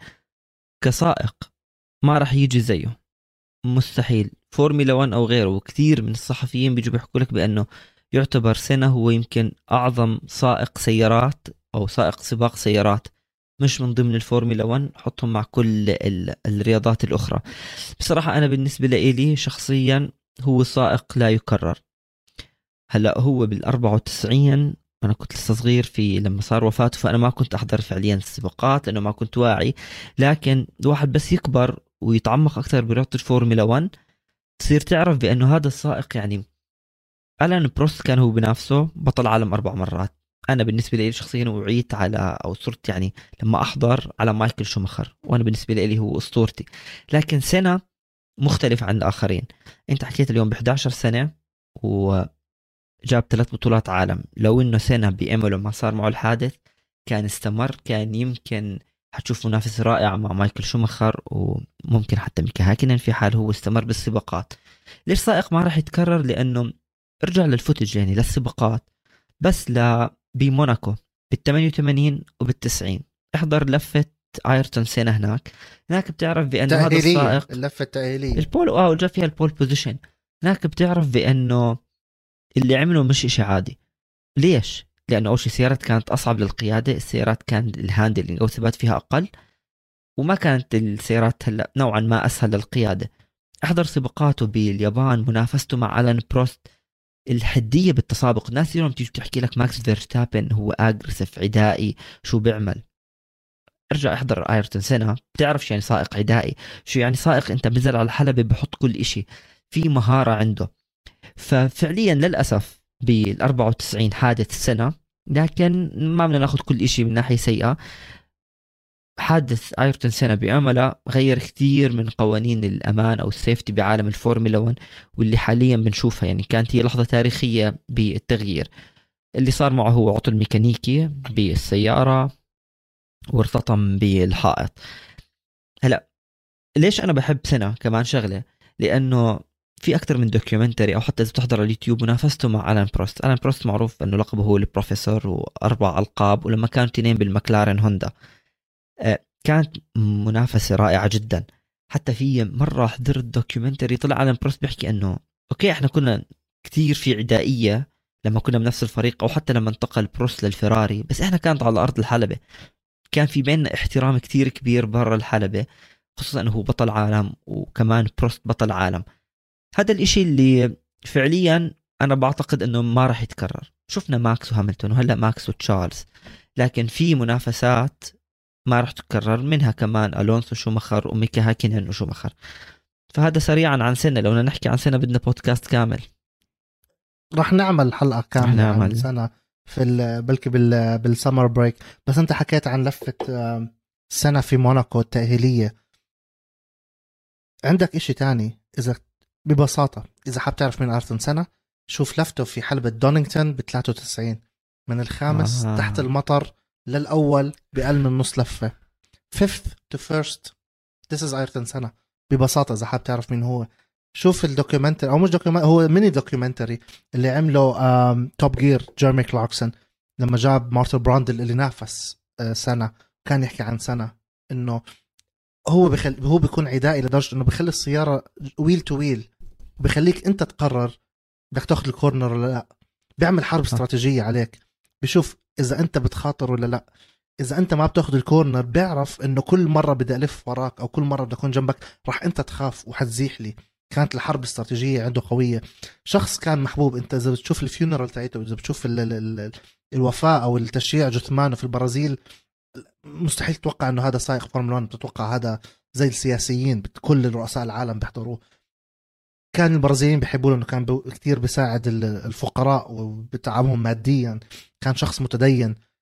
Speaker 2: كسائق ما راح يجي زيه، مستحيل. فورمولا 1 او غيره، وكثير من الصحفيين بيجوا بيحكوا لك بانه يعتبر سنة هو يمكن اعظم سائق سيارات او سائق سباق سيارات، مش من ضمن الفورمولا 1، حطهم مع كل الرياضات الاخرى. بصراحة انا بالنسبة لي شخصيا هو سائق لا يكرر. هلا هو بال94، انا كنت لسه صغير في لما صار وفاته، فانا ما كنت احضر فعليا السباقات لانه ما كنت واعي. لكن الواحد بس يكبر ويتعمق اكثر برياضه الفورمولا 1 تصير تعرف بانه هذا السائق يعني ألان بروست كان هو بنفسه بطل عالم 4 مرات. انا بالنسبه لي شخصيا وعيت على او صرت يعني لما احضر على مايكل شوماخر، وانا بالنسبه لي هو اسطورتي. لكن سنة مختلف عن الاخرين. انت حكيت اليوم ب 11 سنه و جاب 3 بطولات عالم. لو انه سنة بأمله ما صار معه الحادث كان استمر، كان يمكن حتشوف منافسة رائعة مع مايكل شوماخر، وممكن حتى ميكا هاكنن في حال هو استمر بالسباقات. ليش سائق ما راح يتكرر؟ لأنه ارجع للفوتج يعني للسباقات، بس بموناكو بال88 وبال90 احضر لفة ايرتون سنة هناك بتعرف بأنه هذا السائق
Speaker 1: اللفة التأهيلية
Speaker 2: البول وجاب فيها البول بوزيشن. هناك بتعرف بأنه اللي عمله مش إشي عادي. ليش؟ لأنه أول شيء السيارات كانت أصعب للقيادة، السيارات كان الهاندلنج أو الثبات فيها أقل، وما كانت السيارات هلا نوعا ما أسهل للقيادة. أحضر سباقاته باليابان، منافسته مع ألان بروست، الحدية بالتسابق. الناس اليوم تيجي تحكي لك ماكس فيرستابن هو أجريسيف عدائي، شو بيعمل؟ ارجع احضر ايرتون سنة بتعرف شو يعني سائق عدائي، شو يعني سائق انت بنزل على الحلبة بحط كل اشي، في مهارة عنده. ففعليا للأسف بال94 حادث السنة، لكن ما بدنا ناخذ كل إشي من ناحية سيئة. حادث ايرتون سنة بأمله غير كثير من قوانين الأمان أو السيفتي بعالم الفورمولا 1، واللي حاليا بنشوفها يعني كانت هي لحظة تاريخية بالتغيير. اللي صار معه هو عطل ميكانيكي بالسيارة وارتطم بالحائط. هلا ليش أنا بحب سنة كمان شغلة؟ لأنه في أكتر من دوكيومنتري، أو حتى إذا بتحضر على اليوتيوب، منافسته مع ألان بروست. ألان بروست معروف أنه لقبه هو البروفيسور و4 ألقاب، ولما كانوا تنين بالمكلارن هوندا كانت منافسة رائعة جدا. حتى في مرة حضرت دوكيومنتري طلع ألان بروست بيحكي أنه أوكي إحنا كنا كتير في عدائية لما كنا بنفس الفريق، أو حتى لما انتقل بروست للفراري، بس إحنا كانت على أرض الحلبة كان في بيننا احترام كتير كبير برا الحلبة، خصوصا أنه هو بطل عالم وكمان بروست بطل عالم. هذا الاشي اللي فعليا انا بعتقد انه ما راح يتكرر. شفنا ماكس وهاملتون، وهلا ماكس وتشارلز، لكن في منافسات ما راح تتكرر، منها كمان الونسو شوماخر وميكا هاكينن وشوماخر. فهذا سريعا عن سنة. لو بدنا نحكي عن سنة بدنا بودكاست كامل.
Speaker 1: راح نعمل حلقة كاملة عن سنة في بلكي بالسمر بريك. بس انت حكيت عن لفة سنة في موناكو التأهيلية. عندك اشي تاني، اذا ببساطة إذا حاب تعرف من أيرتون سنة، شوف لفته في حلبة دونينغتون ب93 من الخامس تحت المطر للأول بأقل من نص لفة. 5th to 1st. This is أيرتون سنة ببساطة. إذا حاب تعرف مين هو، شوف الدوكيومنتري، أو مش دوكيومنتري، هو ميني دوكيومنتري اللي عمله توب جير جيرمي كلاركسون لما جاب مارتن براندل اللي نافس سنة. كان يحكي عن سنة إنه هو بيكون عدائي لدرجة إنه بيخلي السيارة ويل تو ويل، بخليك انت تقرر بدك تاخذ الكورنر ولا لا. بيعمل حرب استراتيجية عليك، بشوف اذا انت بتخاطر ولا لا. اذا انت ما بتاخذ الكورنر بيعرف انه كل مرة بدي الف وراك او كل مرة بدي اكون جنبك راح انت تخاف وحتزيح لي. كانت الحرب الاستراتيجية عنده قوية. شخص كان محبوب. انت اذا بتشوف الفيونرال تاعته، اذا بتشوف الوفاة او التشييع جثمانه في البرازيل، مستحيل تتوقع انه هذا سائق فورمولا 1. بتتوقع هذا زي السياسيين، كل رؤساء العالم بيحضروه. كان البرازيليين بيحبوا انه كان كتير بيساعد الفقراء وبتعاملهم ماديا. كان شخص متدين.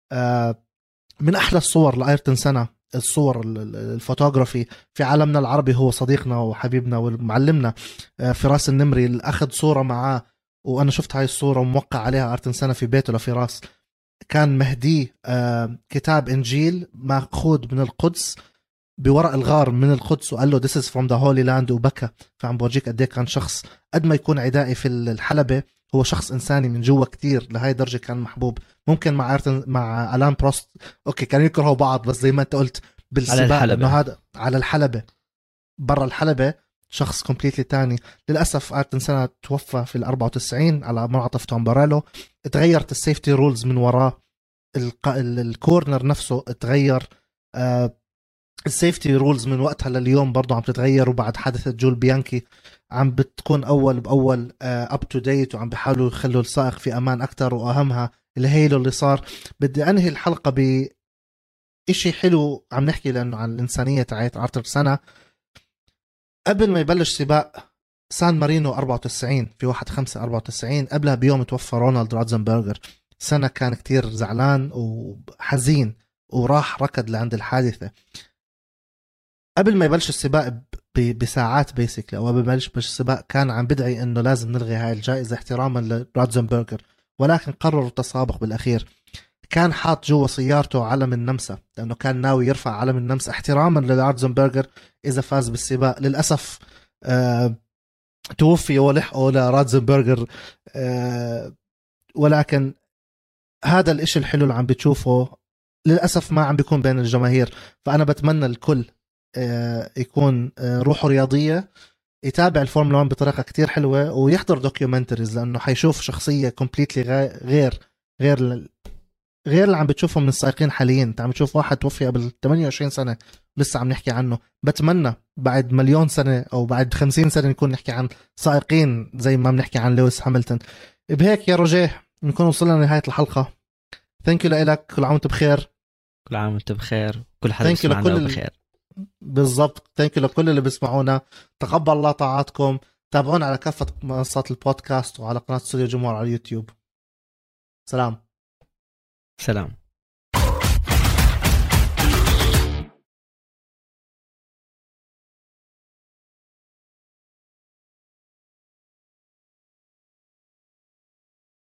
Speaker 1: من أحلى الصور لأيرتون سنة الصور الفوتوغرافي في عالمنا العربي. هو صديقنا وحبيبنا ومعلمنا فراس النمري اللي أخذ صورة معاه، وأنا شفت هاي الصورة وموقع عليها أيرتون سنة في بيته لفراس. كان مهدي كتاب إنجيل مأخوذ من القدس بورق الغار من القدس، وقال له this is from the holy land وبكى. فعم بورجيك قد ايه كان شخص قد ما يكون عدائي في الحلبة، هو شخص إنساني من جوا كتير. لهاي درجة كان محبوب. ممكن مع ألان بروست أوكي كانوا يكرهوا بعض، بس زي ما أنت قلت بالسباق إنه هذا على الحلبة. برا الحلبة شخص كومبليتلي تاني. للأسف أيرتون سنة توفى في 94 على منعطف توم باريلو. تغيرت السيفتي رولز من وراه، الكورنر نفسه تغير، السيفتي رولز من وقتها لليوم برضو عم تتغير. وبعد حادثة جول بيانكي عم بتكون أول بأول up to date، وعم بيحاولوا يخلوا السائق في أمان أكتر. وأهمها الهيلو اللي صار. بدي أنهي الحلقة بإشي حلو عم نحكي لأنه عن الإنسانية تاعت أيرتون سنة. قبل ما يبلش سباق سان مارينو 94 في 1/5/94 قبلها بيوم توفى رونالد راتزنبرغر. سنة كان كتير زعلان وحزين وراح ركض لعند الحادثة. قبل ما يبلش السباق بساعات بيسكلي، او قبل ما يبلش السباق كان عم بدعي انه لازم نلغي هاي الجائزة احتراما لراتزنبرغر، ولكن قرروا التسابق بالاخير. كان حاط جوا سيارته علم النمسا لانه كان ناوي يرفع علم النمسا احتراما لراتزنبرغر اذا فاز بالسباق. للاسف توفي ولحقه لراتزنبرغر. ولكن هذا الاشي الحلو اللي عم بتشوفه للأسف ما عم بيكون بين الجماهير. فأنا بتمنى الكل يكون روحه رياضية، يتابع الفورمولا 1 بطريقة كتير حلوة، ويحضر دوكيومنتريز لأنه حيشوف شخصية كومبليتلي غير اللي عم بتشوفه من السائقين حاليا. انت عم تشوف واحد توفي قبل 28 سنة لسه عم نحكي عنه. بتمنى بعد مليون سنة أو بعد 50 سنة نكون نحكي عن سائقين زي ما بنحكي عن لويس هاملتون. بهيك يا روجيه نكون وصلنا لنهاية الحلقة. ثانك يو لك، كل عام وانت بخير.
Speaker 2: كل عام وانت بخير، كل حدا بيسمعنا بخير.
Speaker 1: بالضبط. ثانك يو لكل اللي بيسمعونا. تقبل الله طاعاتكم. تابعونا على كافة منصات البودكاست وعلى قناة استوديو جمهور على اليوتيوب. سلام.